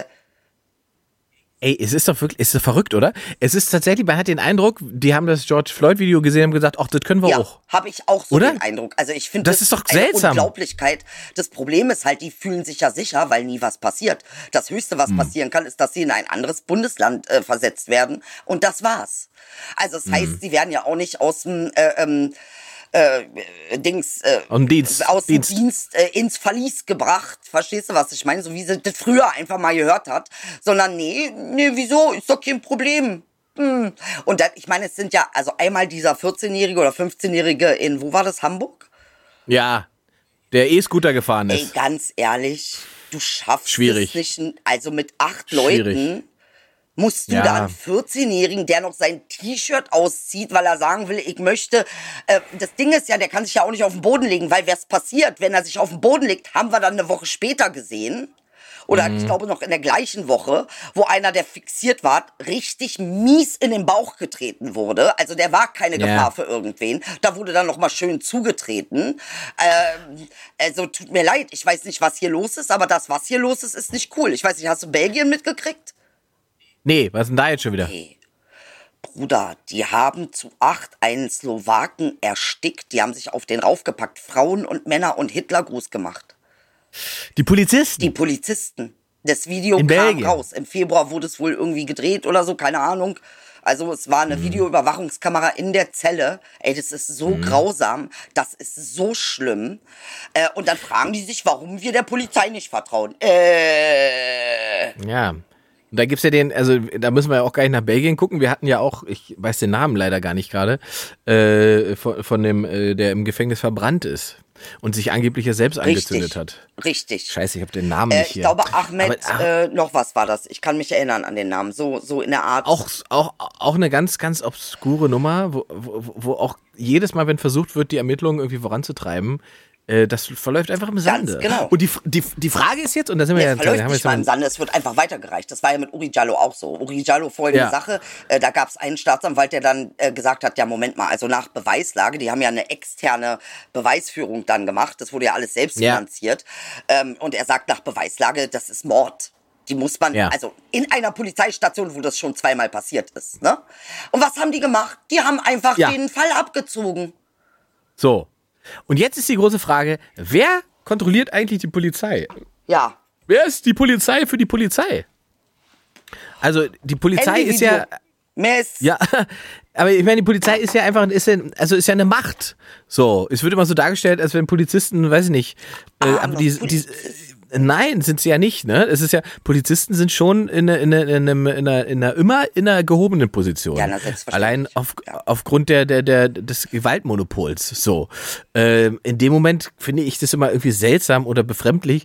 Ey, es ist doch wirklich, es ist verrückt, oder? Es ist tatsächlich, man hat den Eindruck, die haben das George Floyd Video gesehen und gesagt, ach, das können wir ja, auch. habe ich auch so Oder? den Eindruck. Also ich finde, Das ist doch eine seltsam. Unglaublichkeit. Das Problem ist halt, die fühlen sich ja sicher, weil nie was passiert. Das Höchste, was Hm. passieren kann, ist, dass sie in ein anderes Bundesland äh, versetzt werden. Und das war's. Also das Hm. heißt, sie werden ja auch nicht aus dem äh, ähm, äh, Dings äh, Aus dem Dienst. aus dem Dienst. Dienst äh, ins Verlies gebracht. Verstehst du, was ich meine? So wie sie das früher einfach mal gehört hat. Sondern nee, nee, wieso? Ist doch kein Problem. Hm. Und dann, ich meine, es sind ja, also einmal dieser vierzehnjährige oder fünfzehnjährige in, wo war das, Hamburg? Ja, der E-Scooter gefahren Ey, ist. ganz ehrlich, du schaffst Schwierig. es nicht, also mit acht Schwierig. Leuten musst du Ja. da einen vierzehnjährigen, der noch sein T-Shirt auszieht, weil er sagen will, ich möchte, äh, das Ding ist ja, der kann sich ja auch nicht auf den Boden legen, weil wär's passiert, wenn er sich auf den Boden legt, haben wir dann eine Woche später gesehen. Oder Mhm. ich glaube noch in der gleichen Woche, wo einer, der fixiert war, richtig mies in den Bauch getreten wurde. Also der war keine Ja. Gefahr für irgendwen. Da wurde dann noch mal schön zugetreten. Ähm, also tut mir leid, ich weiß nicht, was hier los ist, aber das, was hier los ist, ist nicht cool. Ich weiß nicht, hast du Belgien mitgekriegt? Nee, was ist denn da jetzt schon wieder? Hey, Bruder, die haben zu acht einen Slowaken erstickt. Die haben sich auf den raufgepackt. Frauen und Männer und Hitlergruß gemacht. Die Polizisten. Die Polizisten. Das Video In kam Belgien. raus. Im Februar wurde es wohl irgendwie gedreht oder so, keine Ahnung. Also es war eine Mhm. Videoüberwachungskamera in der Zelle. Ey, das ist so Mhm. grausam. Das ist so schlimm. Äh, und dann fragen die sich, warum wir der Polizei nicht vertrauen. Äh... Ja. Und da gibt's ja den, also da müssen wir ja auch gar nicht nach Belgien gucken. Wir hatten ja auch, ich weiß den Namen leider gar nicht gerade, äh, von, von dem, äh, der im Gefängnis verbrannt ist und sich angeblich ja selbst angezündet hat. Richtig. Scheiße, ich habe den Namen Äh, nicht ich hier. glaube, Ahmed, Aber, ah, äh, noch was war das. Ich kann mich erinnern an den Namen. So, so in der Art. auch, auch, auch eine ganz, ganz obskure Nummer, wo, wo, wo auch jedes Mal, wenn versucht wird, die Ermittlungen irgendwie voranzutreiben, äh, das verläuft einfach im Sande. genau. Und die, die, die Frage ist jetzt, und da sind wir Es ja, verläuft haben wir nicht jetzt mal mal, im Sande, es wird einfach weitergereicht. Das war ja mit Uri Jallo auch so. Uri Jallo, folgende Ja. Sache, äh, da gab es einen Staatsanwalt, der dann äh, gesagt hat, ja Moment mal, also nach Beweislage, die haben ja eine externe Beweisführung dann gemacht, das wurde ja alles selbst Ja. finanziert. Ähm, und er sagt nach Beweislage, das ist Mord. Die muss man, Ja. also in einer Polizeistation, wo das schon zweimal passiert ist. Ne? Und was haben die gemacht? Die haben einfach Ja. den Fall abgezogen. so. Und jetzt ist die große Frage, wer kontrolliert eigentlich die Polizei? Ja. Wer ist die Polizei für die Polizei? Also die Polizei ist ja, Mehr ist ja, aber ich meine, die Polizei ist ja einfach, ist ja, also ist ja eine Macht. So, es wird immer so dargestellt, als wenn Polizisten, weiß ich nicht, äh, Ah, aber noch die, die, Polizisten. äh, nein, sind sie ja nicht, ne? Es ist ja, Polizisten sind schon in einer, in einer, in einer, in einer, in einer immer in einer gehobenen Position. Ja, na, selbstverständlich. Allein auf, Ja. aufgrund der, der, der, des Gewaltmonopols. So, ähm, in dem Moment finde ich das immer irgendwie seltsam oder befremdlich,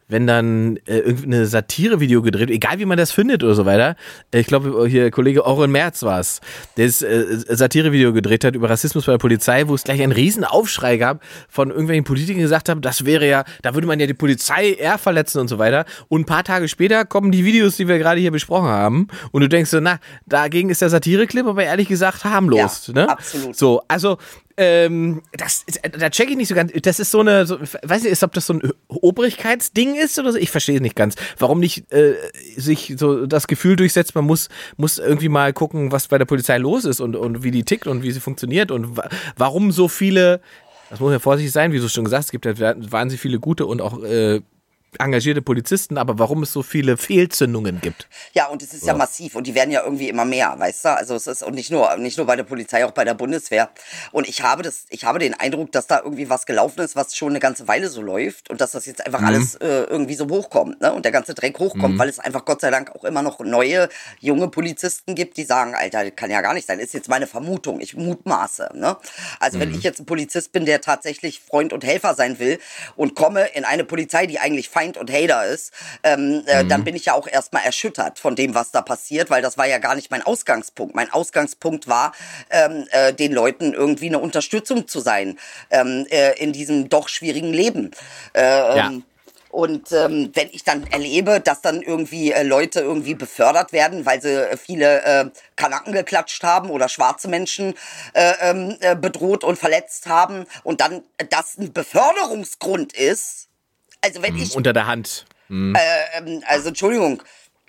wenn dann äh, irgendeine Satire-Video gedreht, egal wie man das findet oder so weiter. Ich glaube, hier Kollege Oren Merz war es, der das äh, Satire-Video gedreht hat über Rassismus bei der Polizei, wo es gleich einen riesen Aufschrei gab von irgendwelchen Politikern, die gesagt haben, das wäre ja, da würde man ja die Polizei eher verletzen und so weiter. Und ein paar Tage später kommen die Videos, die wir gerade hier besprochen haben und du denkst so, na, dagegen ist der Satire-Clip aber ehrlich gesagt harmlos. Ja, ne? absolut. So, also Ähm, das, da check ich nicht so ganz. Das ist so eine, so, weiß nicht, ob das so ein Obrigkeitsding ist oder so. Ich verstehe es nicht ganz. Warum nicht äh, sich so das Gefühl durchsetzt, man muss, muss irgendwie mal gucken, was bei der Polizei los ist und, und wie die tickt und wie sie funktioniert und wa- warum so viele, das muss ja vorsichtig sein, wie du schon gesagt hast, es gibt ja wahnsinnig viele gute und auch äh, engagierte Polizisten, aber warum es so viele Fehlzündungen gibt. Ja, und es ist ja. ja massiv und die werden ja irgendwie immer mehr, weißt du? Also es ist und nicht nur nicht nur bei der Polizei, auch bei der Bundeswehr. Und ich habe das, ich habe den Eindruck, dass da irgendwie was gelaufen ist, was schon eine ganze Weile so läuft und dass das jetzt einfach mhm. alles äh, irgendwie so hochkommt, ne? Und der ganze Dreck hochkommt, mhm. weil es einfach Gott sei Dank auch immer noch neue junge Polizisten gibt, die sagen, Alter, das kann ja gar nicht sein. Ist jetzt meine Vermutung, ich mutmaße, ne? Also mhm. wenn ich jetzt ein Polizist bin, der tatsächlich Freund und Helfer sein will und komme in eine Polizei, die eigentlich Feind und Hater ist, ähm, äh, mhm. dann bin ich ja auch erstmal erschüttert von dem, was da passiert, weil das war ja gar nicht mein Ausgangspunkt. Mein Ausgangspunkt war, ähm, äh, den Leuten irgendwie eine Unterstützung zu sein ähm, äh, in diesem doch schwierigen Leben. Äh, ja. ähm, Und ähm, wenn ich dann erlebe, dass dann irgendwie äh, Leute irgendwie befördert werden, weil sie äh, viele äh, Kanaken geklatscht haben oder schwarze Menschen äh, äh, bedroht und verletzt haben und dann äh, das ein Beförderungsgrund ist, also wenn ich... Unter der Hand. Mhm. Äh, also Entschuldigung.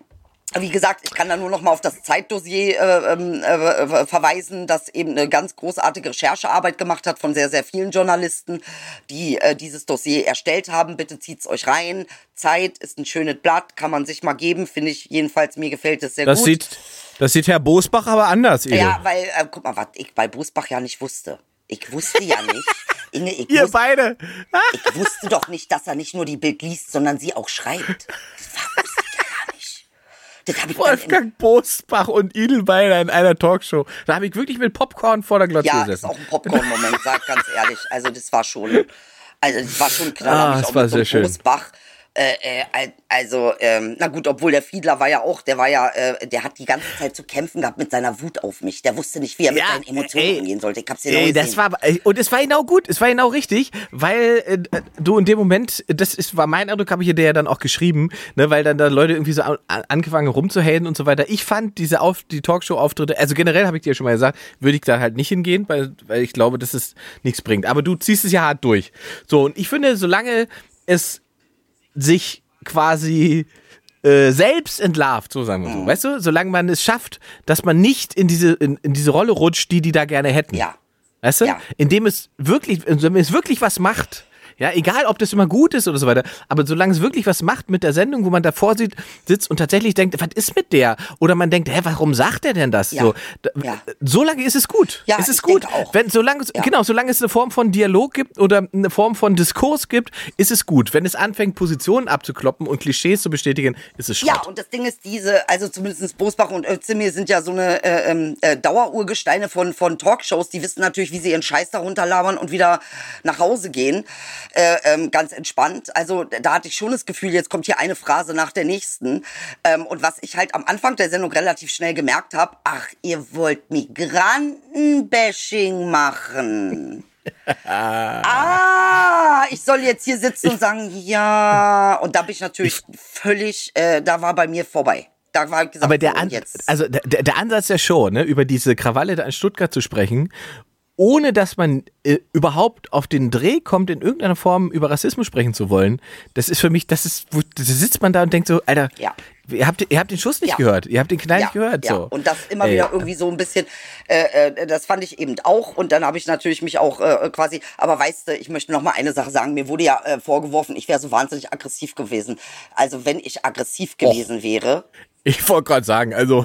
Wie gesagt, ich kann da nur noch mal auf das Zeitdossier äh, äh, verweisen, das eben eine ganz großartige Recherchearbeit gemacht hat von sehr, sehr vielen Journalisten, die äh, dieses Dossier erstellt haben. Bitte zieht's euch rein. Zeit ist ein schönes Blatt, kann man sich mal geben, finde ich jedenfalls, mir gefällt es sehr das gut. Sieht, das sieht Herr Bosbach aber anders, Edel. Ja, weil, äh, guck mal, was ich bei Bosbach ja nicht wusste. Ich wusste ja nicht... Inge, ich Ihr wusste, beide. Ich wusste doch nicht, dass er nicht nur die Bild liest, sondern sie auch schreibt. Das wusste ich ja gar nicht. Das hab ich Wolfgang Bosbach und Idelbeiner in einer Talkshow. Da habe ich wirklich mit Popcorn vor der Glotze ja, gesessen. Ja, das ist auch ein Popcorn-Moment, sag ganz ehrlich. Also das war schon, also das war schon klar, ah, mich das auch war mit so sehr schön. Bosbach. Äh, äh, also, ähm, na gut, obwohl der Fiedler war ja auch, der war ja, äh, der hat die ganze Zeit zu kämpfen gehabt mit seiner Wut auf mich. Der wusste nicht, wie er mit ja, seinen Emotionen ey, umgehen sollte. Ich hab's ja ey, das war, und es war genau gut, es war genau richtig, weil äh, du in dem Moment, das ist, war mein Eindruck, habe ich dir ja dann auch geschrieben, ne, weil dann da Leute irgendwie so an, angefangen rumzuhaten und so weiter. Ich fand diese auf, die Talkshow-Auftritte, also generell habe ich dir ja schon mal gesagt, würde ich da halt nicht hingehen, weil, weil ich glaube, dass es nichts bringt. Aber du ziehst es ja hart durch. So, und ich finde, solange es sich quasi äh, selbst entlarvt, so sagen wir so. Mhm. Weißt du, solange man es schafft, dass man nicht in diese, in, in diese Rolle rutscht, die die da gerne hätten. Ja. Weißt du? Ja. Indem es wirklich, indem es wirklich was macht. Ja, egal, ob das immer gut ist oder so weiter, aber solange es wirklich was macht mit der Sendung, wo man davor sieht, sitzt und tatsächlich denkt, was ist mit der? Oder man denkt, hä, warum sagt er denn das? Ja. So, da, ja. Solange ist es gut. Ja, es ist ich gut. denke auch. Wenn, solange, Ja. Genau, solange es eine Form von Dialog gibt oder eine Form von Diskurs gibt, ist es gut. Wenn es anfängt, Positionen abzukloppen und Klischees zu bestätigen, ist es Schrott. Ja, und das Ding ist, diese, also zumindest Bosbach und Özdemir sind ja so eine äh, äh, Dauerurgesteine von, von Talkshows, die wissen natürlich, wie sie ihren Scheiß darunter labern und wieder nach Hause gehen. Äh, ähm, ganz entspannt. Also da hatte ich schon das Gefühl, jetzt kommt hier eine Phrase nach der nächsten. Ähm, und was ich halt am Anfang der Sendung relativ schnell gemerkt habe, ach, ihr wollt Migrantenbashing machen. ah, ich soll jetzt hier sitzen und sagen, ja. Und da bin ich natürlich völlig, äh, da war bei mir vorbei. Da war gesagt, aber der, so, An- jetzt. also der, der Ansatz der Show, ne, über diese Krawalle da in Stuttgart zu sprechen, ohne dass man äh, überhaupt auf den Dreh kommt, in irgendeiner Form über Rassismus sprechen zu wollen, das ist für mich, das ist, wo, da sitzt man da und denkt so, Alter, ja. ihr, habt, ihr habt den Schuss nicht Ja. gehört, ihr habt den Knall ja, nicht gehört. Ja. So. Und das immer Ey. wieder irgendwie so ein bisschen, äh, äh, das fand ich eben auch. Und dann habe ich natürlich mich auch äh, quasi, aber weißt du, ich möchte noch mal eine Sache sagen, mir wurde ja äh, vorgeworfen, ich wäre so wahnsinnig aggressiv gewesen. Also wenn ich aggressiv gewesen Och. wäre. Ich wollte gerade sagen, also...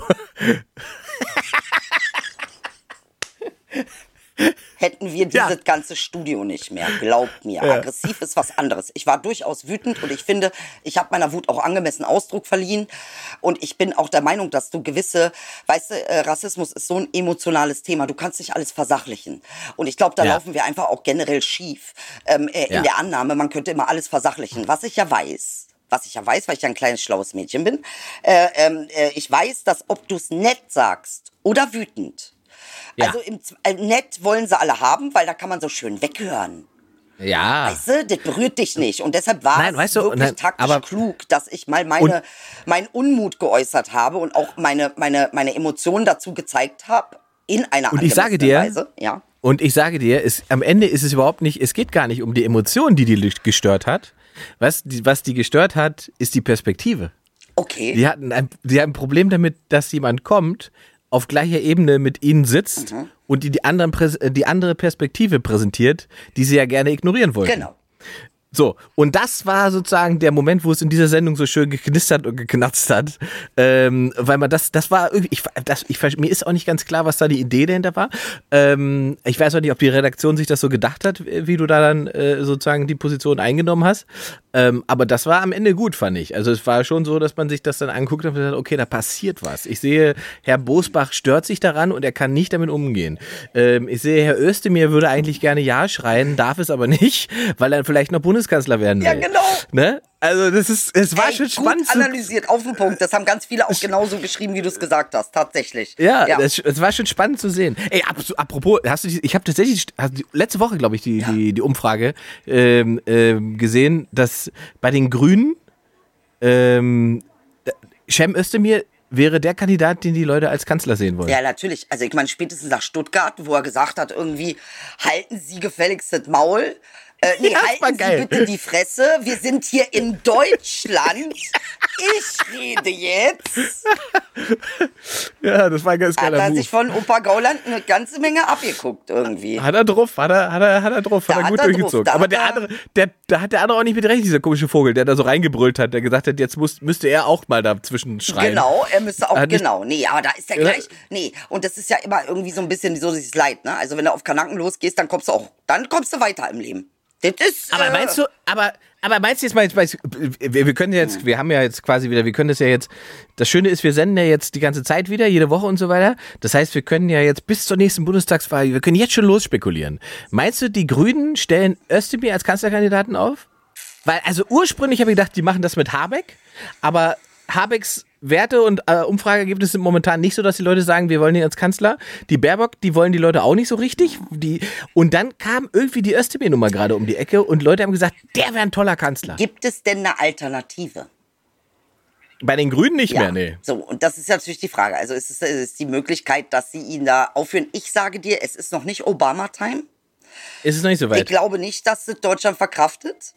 hätten wir dieses ja. ganze Studio nicht mehr. Glaubt mir. Ja. Aggressiv ist was anderes. Ich war durchaus wütend und ich finde, ich habe meiner Wut auch angemessen Ausdruck verliehen. Und ich bin auch der Meinung, dass du gewisse, weißt du, äh, Rassismus ist so ein emotionales Thema. Du kannst nicht alles versachlichen. Und ich glaube, da ja. laufen wir einfach auch generell schief ähm, äh, ja. in der Annahme, man könnte immer alles versachlichen. Was ich ja weiß, was ich ja weiß, weil ich ja ein kleines, schlaues Mädchen bin, äh, äh, ich weiß, dass ob du es nett sagst oder wütend, Ja. also im, äh, nett wollen sie alle haben, weil da kann man so schön weghören. Ja. Weißt du, das berührt dich nicht. Und deshalb war Nein, es weißt du, wirklich nein, taktisch aber- klug, dass ich mal meine, meinen Unmut geäußert habe und auch meine, meine, meine Emotionen dazu gezeigt habe, in einer Und ich sage angemessenen dir, Weise. Ja. Und ich sage dir, es, am Ende ist es überhaupt nicht, es geht gar nicht um die Emotion, die die gestört hat. Was die, was die gestört hat, ist die Perspektive. Okay. Die hatten ein, die haben ein Problem damit, dass jemand kommt, auf gleicher Ebene mit ihnen sitzt Mhm. und die, die, anderen, Präs- äh, die andere Perspektive präsentiert, die sie ja gerne ignorieren wollten. Genau. So, und das war sozusagen der Moment, wo es in dieser Sendung so schön geknistert und geknatzt hat, ähm, weil man das, das war irgendwie, ich, das, ich, mir ist auch nicht ganz klar, was da die Idee dahinter war. Ähm, ich weiß auch nicht, ob die Redaktion sich das so gedacht hat, wie du da dann äh, sozusagen die Position eingenommen hast, ähm, aber das war am Ende gut, fand ich. Also es war schon so, dass man sich das dann anguckt und gesagt, okay, da passiert was. Ich sehe, Herr Bosbach stört sich daran und er kann nicht damit umgehen. Ähm, ich sehe, Herr Özdemir würde eigentlich gerne Ja schreien, darf es aber nicht, weil er vielleicht noch Bundeskanzler werden will. Ja, genau. Ne? Also das ist, es war Ey, schon gut spannend. zu- analysiert, auf den Punkt. Das haben ganz viele auch genauso geschrieben, wie du es gesagt hast, tatsächlich. Ja, ja. Das, das war schon spannend zu sehen. Ey, ap apropos, hast du die, ich habe tatsächlich hast du letzte Woche, glaube ich, die, Ja. die, die Umfrage ähm, ähm, gesehen, dass bei den Grünen ähm, Cem Özdemir wäre der Kandidat, den die Leute als Kanzler sehen wollen. Ja, natürlich. Also ich meine, spätestens nach Stuttgart, wo er gesagt hat, irgendwie, halten Sie gefälligst das Maul. Äh, nee, Ja, das war halten geil. Sie bitte die Fresse. Wir sind hier in Deutschland. Ich rede jetzt. Ja, das war ein ganz Hat geiler er Move. sich von Opa Gauland eine ganze Menge abgeguckt irgendwie. Hat er drauf, hat er, hat er, hat er drauf, Da hat er hat gut er drauf, durchgezogen. da Aber hat der er- andere, der, da hat der andere auch nicht mit recht, dieser komische Vogel, der da so reingebrüllt hat, der gesagt hat, jetzt muss, müsste er auch mal dazwischen schreien. Genau, er müsste auch, Hat nicht- genau, nee, aber da ist er Ja. gleich, nee, und das ist ja immer irgendwie so ein bisschen so dieses Leid, ne, also wenn du auf Kanaken losgehst, dann kommst du auch, dann kommst du weiter im Leben. Das ist, Aber äh, meinst du, aber, aber meinst du jetzt mal, jetzt, mal- wir, wir können jetzt, wir haben ja jetzt quasi wieder, wir können das ja jetzt, das Schöne ist, wir senden ja jetzt die ganze Zeit wieder, jede Woche und so weiter. Das heißt, wir können ja jetzt bis zur nächsten Bundestagswahl, wir können jetzt schon losspekulieren. Meinst du, die Grünen stellen Özdemir als Kanzlerkandidaten auf? Weil, also ursprünglich habe ich gedacht, die machen das mit Habeck, aber Habecks Werte und äh, Umfrageergebnisse sind momentan nicht so, dass die Leute sagen, wir wollen ihn als Kanzler. Die Baerbock, die wollen die Leute auch nicht so richtig. Die, und dann kam irgendwie die Özdemir-Nummer gerade um die Ecke und Leute haben gesagt, der wäre ein toller Kanzler. gibt es denn eine Alternative? Bei den Grünen nicht Ja, mehr, nee. so, und das ist natürlich die Frage, also ist es ist die Möglichkeit, dass sie ihn da aufführen. Ich sage dir, es ist noch nicht Obama-Time. Ist es noch nicht so Ich weit? glaube nicht, dass das Deutschland verkraftet.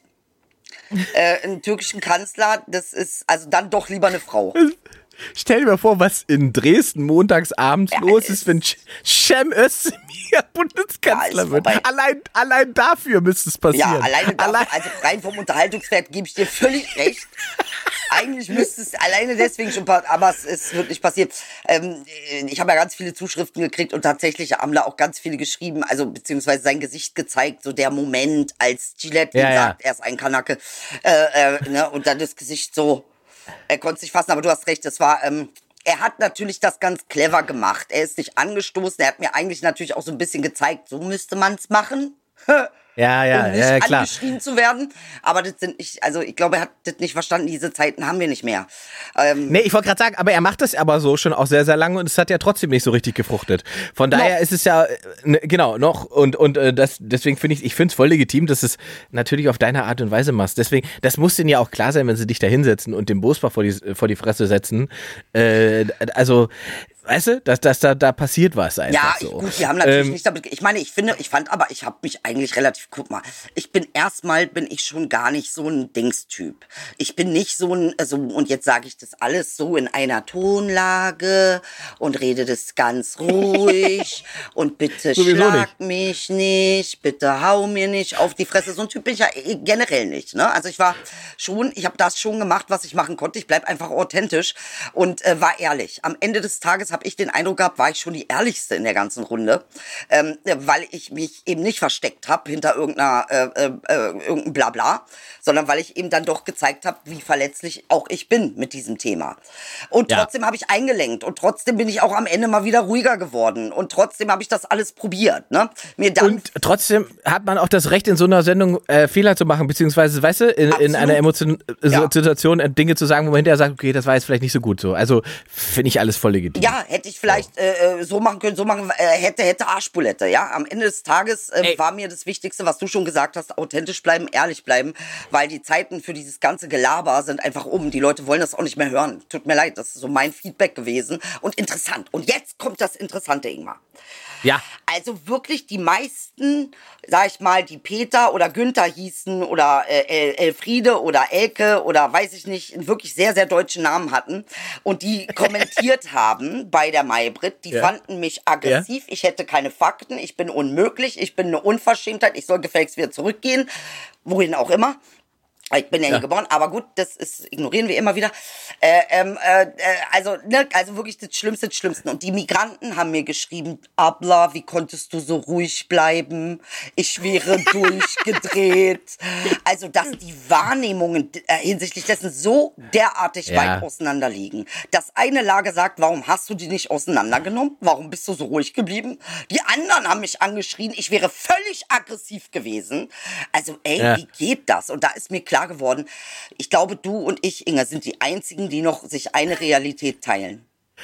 äh, einen türkischen Kanzler, das ist, also dann doch lieber eine Frau. Stell dir mal vor, was in Dresden montags abends Ja, los es- ist, wenn Sch- Cem Özdemir Bundeskanzler Ja, ist wird. vorbei. Allein, allein dafür müsste es passieren. Ja, alleine davon, Allein, also rein vom Unterhaltungswert gebe ich dir völlig recht. Eigentlich müsste es alleine deswegen schon, pa- aber es ist wirklich passiert. Ähm, ich habe ja ganz viele Zuschriften gekriegt und tatsächlich haben da auch ganz viele geschrieben, also beziehungsweise sein Gesicht gezeigt, so der Moment, als Gillette Ja, ihm ja. sagt, er ist ein Kanake, äh, äh, ne, und dann das Gesicht so, er konnte es nicht fassen, aber du hast recht, es war, ähm, er hat natürlich das ganz clever gemacht. Er ist nicht angestoßen, er hat mir eigentlich natürlich auch so ein bisschen gezeigt, so müsste man es machen. ja, ja, um nicht ja, klar. angeschrien zu werden. Aber das sind nicht, also ich glaube, er hat das nicht verstanden, diese Zeiten haben wir nicht mehr. Ähm, Nee, ich wollte gerade sagen, aber er macht das aber so schon auch sehr, sehr lange und es hat ja trotzdem nicht so richtig gefruchtet. Von daher Noch. ist es ja, äh, ne, genau, noch und, und äh, das, deswegen finde ich, ich finde es voll legitim, dass es natürlich auf deine Art und Weise machst. Deswegen, das muss denen ja auch klar sein, wenn sie dich da hinsetzen und den Bosbach vor die, vor die Fresse setzen. Äh, also, weißt du, dass, dass da, da passiert was ja, einfach ich, so. gut, die haben natürlich Ähm, nicht damit, ich meine, ich finde, ich fand aber, ich habe mich eigentlich relativ, guck mal, ich bin erstmal, bin ich schon gar nicht so ein Dingstyp. Ich bin nicht so ein, also, und jetzt sage ich das alles so in einer Tonlage und rede das ganz ruhig und bitte Sowieso schlag mich nicht, bitte hau mir nicht auf die Fresse. So ein Typ bin ich ja eh generell nicht, ne? Also ich war schon, ich habe das schon gemacht, was ich machen konnte. Ich bleib einfach authentisch und äh, war ehrlich. Am Ende des Tages habe habe ich den Eindruck gehabt, war ich schon die ehrlichste in der ganzen Runde, ähm, weil ich mich eben nicht versteckt habe hinter irgendeiner äh, äh, irgendein Blabla, sondern weil ich eben dann doch gezeigt habe, wie verletzlich auch ich bin mit diesem Thema. Und trotzdem ja. habe ich eingelenkt und trotzdem bin ich auch am Ende mal wieder ruhiger geworden und trotzdem habe ich das alles probiert. Ne? Mir dann und trotzdem hat man auch das Recht, in so einer Sendung äh, Fehler zu machen, beziehungsweise, weißt du, in, in einer Emotion, ja. Situation äh, Dinge zu sagen, wo man hinterher sagt, okay, das war jetzt vielleicht nicht so gut so. Also finde ich alles voll legitim. Ja, hätte ich vielleicht äh, so machen können, so machen, äh, hätte, hätte Arschbulette. Ja, am Ende des Tages äh, war mir das Wichtigste, was du schon gesagt hast, authentisch bleiben, ehrlich bleiben, weil die Zeiten für dieses ganze Gelaber sind einfach um. Die Leute wollen das auch nicht mehr hören. Tut mir leid, das ist so mein Feedback gewesen und interessant. Und jetzt kommt das Interessante, Ingmar. Ja. Also wirklich die meisten, sag ich mal, die Peter oder Günther hießen oder äh, El Elfriede oder Elke oder weiß ich nicht, wirklich sehr, sehr deutsche Namen hatten und die kommentiert haben bei der Maybrit, die ja. fanden mich aggressiv, ja. ich hätte keine Fakten, ich bin unmöglich, ich bin eine Unverschämtheit, ich soll gefälligst wieder zurückgehen, wohin auch immer. Ich bin ja, ja hier geboren, aber gut, das ist, ignorieren wir immer wieder. Äh, ähm, äh, also, ne, also wirklich das Schlimmste, das Schlimmste. Und die Migranten haben mir geschrieben, Abla, wie konntest du so ruhig bleiben? Ich wäre durchgedreht. Also, dass die Wahrnehmungen äh, hinsichtlich dessen so derartig ja. weit auseinander liegen. Das eine Lager sagt, warum hast du die nicht auseinandergenommen? Warum bist du so ruhig geblieben? Die anderen haben mich angeschrien, ich wäre völlig aggressiv gewesen. Also, ey, ja. wie geht das? Und da ist mir klar geworden, ich glaube, du und ich, Inga, sind die einzigen, die noch sich eine Realität teilen.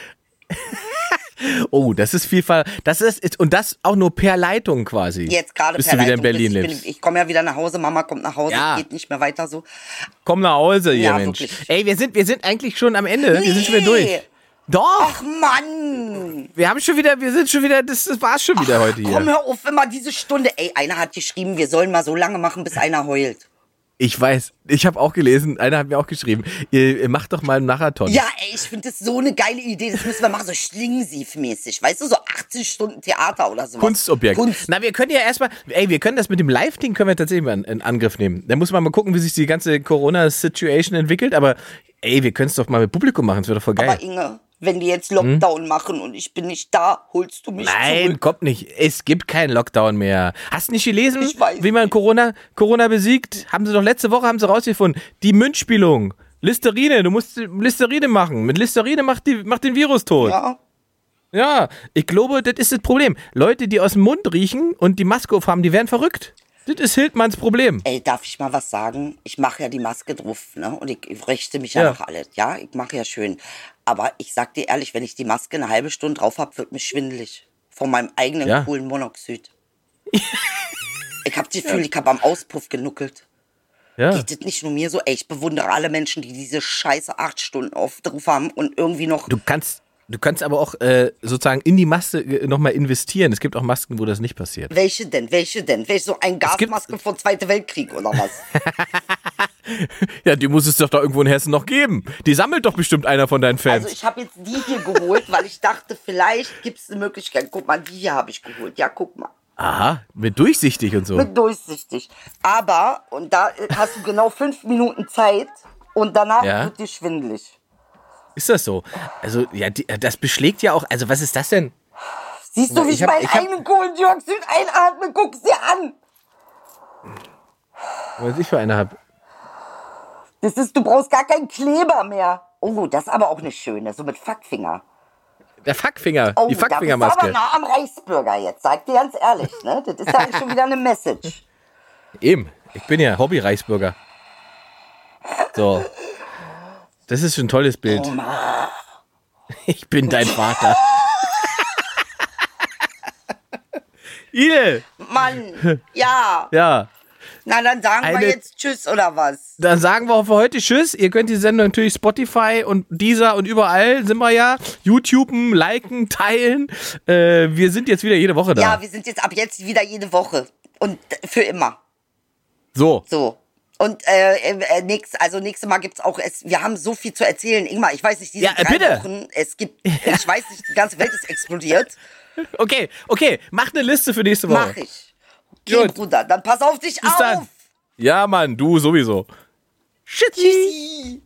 Oh, das ist Vielfalt. Das ist, und das auch nur per Leitung quasi. Jetzt gerade bis per du wieder Leitung. in Berlin ich lebst. ich komme ja wieder nach Hause, Mama kommt nach Hause, ja. geht nicht mehr weiter so. Komm nach Hause, ihr ja, Mensch. Wirklich. Ey, wir sind, wir sind eigentlich schon am Ende. Nee. Wir sind schon wieder durch. Doch! Ach Mann! Wir haben schon wieder, wir sind schon wieder, das, das war's schon wieder Ach, heute hier. Komm, hör auf, immer diese Stunde. Ey, einer hat geschrieben, wir sollen mal so lange machen, bis einer heult. Ich weiß, ich habe auch gelesen, einer hat mir auch geschrieben, ihr, ihr macht doch mal einen Marathon. Ja, ey, ich finde das so eine geile Idee, das müssen wir machen, so Schlingensief-mäßig, weißt du, so achtzig Stunden Theater oder sowas. Kunstobjekt. Kunst. Na, wir können ja erstmal, ey, wir können das mit dem Live-Ding, können wir tatsächlich mal in, in Angriff nehmen. Da muss man mal gucken, wie sich die ganze Corona-Situation entwickelt, aber ey, wir können es doch mal mit Publikum machen, das wäre doch voll geil. Aber Inge, wenn die jetzt Lockdown hm? machen und ich bin nicht da, holst du mich Nein, zurück? kommt nicht. Es gibt keinen Lockdown mehr. Hast du nicht gelesen, ich weiß wie man Corona, Corona besiegt? Haben sie doch letzte Woche haben sie rausgefunden. Die Mundspülung. Listerine, du musst Listerine machen. Mit Listerine macht, die, macht den Virus tot. Ja. Ja, ich glaube, das ist das Problem. Leute, die aus dem Mund riechen und die Maske aufhaben, die werden verrückt. Das ist Hildmanns Problem. Ey, darf ich mal was sagen? Ich mache ja die Maske drauf, ne? Und ich, ich richte mich ja, ja nach alles. Ja, ich mache ja schön. Aber ich sag dir ehrlich, wenn ich die Maske eine halbe Stunde drauf hab, wird mir schwindelig. Von meinem eigenen ja. coolen Monoxid. Ich hab das Gefühl, ja. ich hab am Auspuff genuckelt. Ja. Geht das nicht nur mir so? Ey, ich bewundere alle Menschen, die diese scheiße acht Stunden auf drauf haben und irgendwie noch... Du kannst... Du kannst aber auch äh, sozusagen in die Maske nochmal investieren. Es gibt auch Masken, wo das nicht passiert. Welche denn? Welche denn? Welche so eine Gasmaske vom Zweiten Weltkrieg oder was? Ja, die muss es doch da irgendwo in Hessen noch geben. Die sammelt doch bestimmt einer von deinen Fans. Also ich habe jetzt die hier geholt, weil ich dachte, vielleicht gibt es eine Möglichkeit. Guck mal, die hier habe ich geholt. Ja, guck mal. Aha, mit durchsichtig und so. Mit durchsichtig. Aber, und da hast du genau fünf Minuten Zeit und danach ja. wird dir schwindelig. Ist das so? Also, ja, die, das beschlägt ja auch. Also, was ist das denn? Siehst du, wie ich, ich meinen eigenen Kohlendioxid einatme? Guck's dir an! Was ich für eine habe. Das ist, du brauchst gar keinen Kleber mehr. Oh, das ist aber auch eine schöne, so mit Fackfinger. Der Fackfinger, oh, die Fackfingermaske. Das ist aber nah am Reichsbürger jetzt, sag dir ganz ehrlich. Ne? Das ist ja schon wieder eine Message. Eben, ich bin ja Hobby-Reichsbürger. So. Das ist schon ein tolles Bild. Oma. Ich bin dein Vater. Idel! Mann, ja. Ja. Na, dann sagen Eine, wir jetzt Tschüss, oder was? Dann sagen wir auch für heute Tschüss. Ihr könnt die Sendung natürlich Spotify und Deezer und überall sind wir ja. YouTuben, liken, teilen. Äh, wir sind jetzt wieder jede Woche da. Ja, wir sind jetzt ab jetzt wieder jede Woche. Und für immer. So. So. Und äh, äh, nächst, also nächstes Mal gibt's auch, es, wir haben so viel zu erzählen. Ingmar, ich weiß nicht, diese ja, äh, drei bitte. Wochen, es gibt, ich weiß nicht, die ganze Welt ist explodiert. Okay, okay, mach eine Liste für nächste Woche. Mach ich. Okay, Gut. Bruder, dann pass auf dich Bis auf. Dann. Ja, Mann, du sowieso. Tschüssi.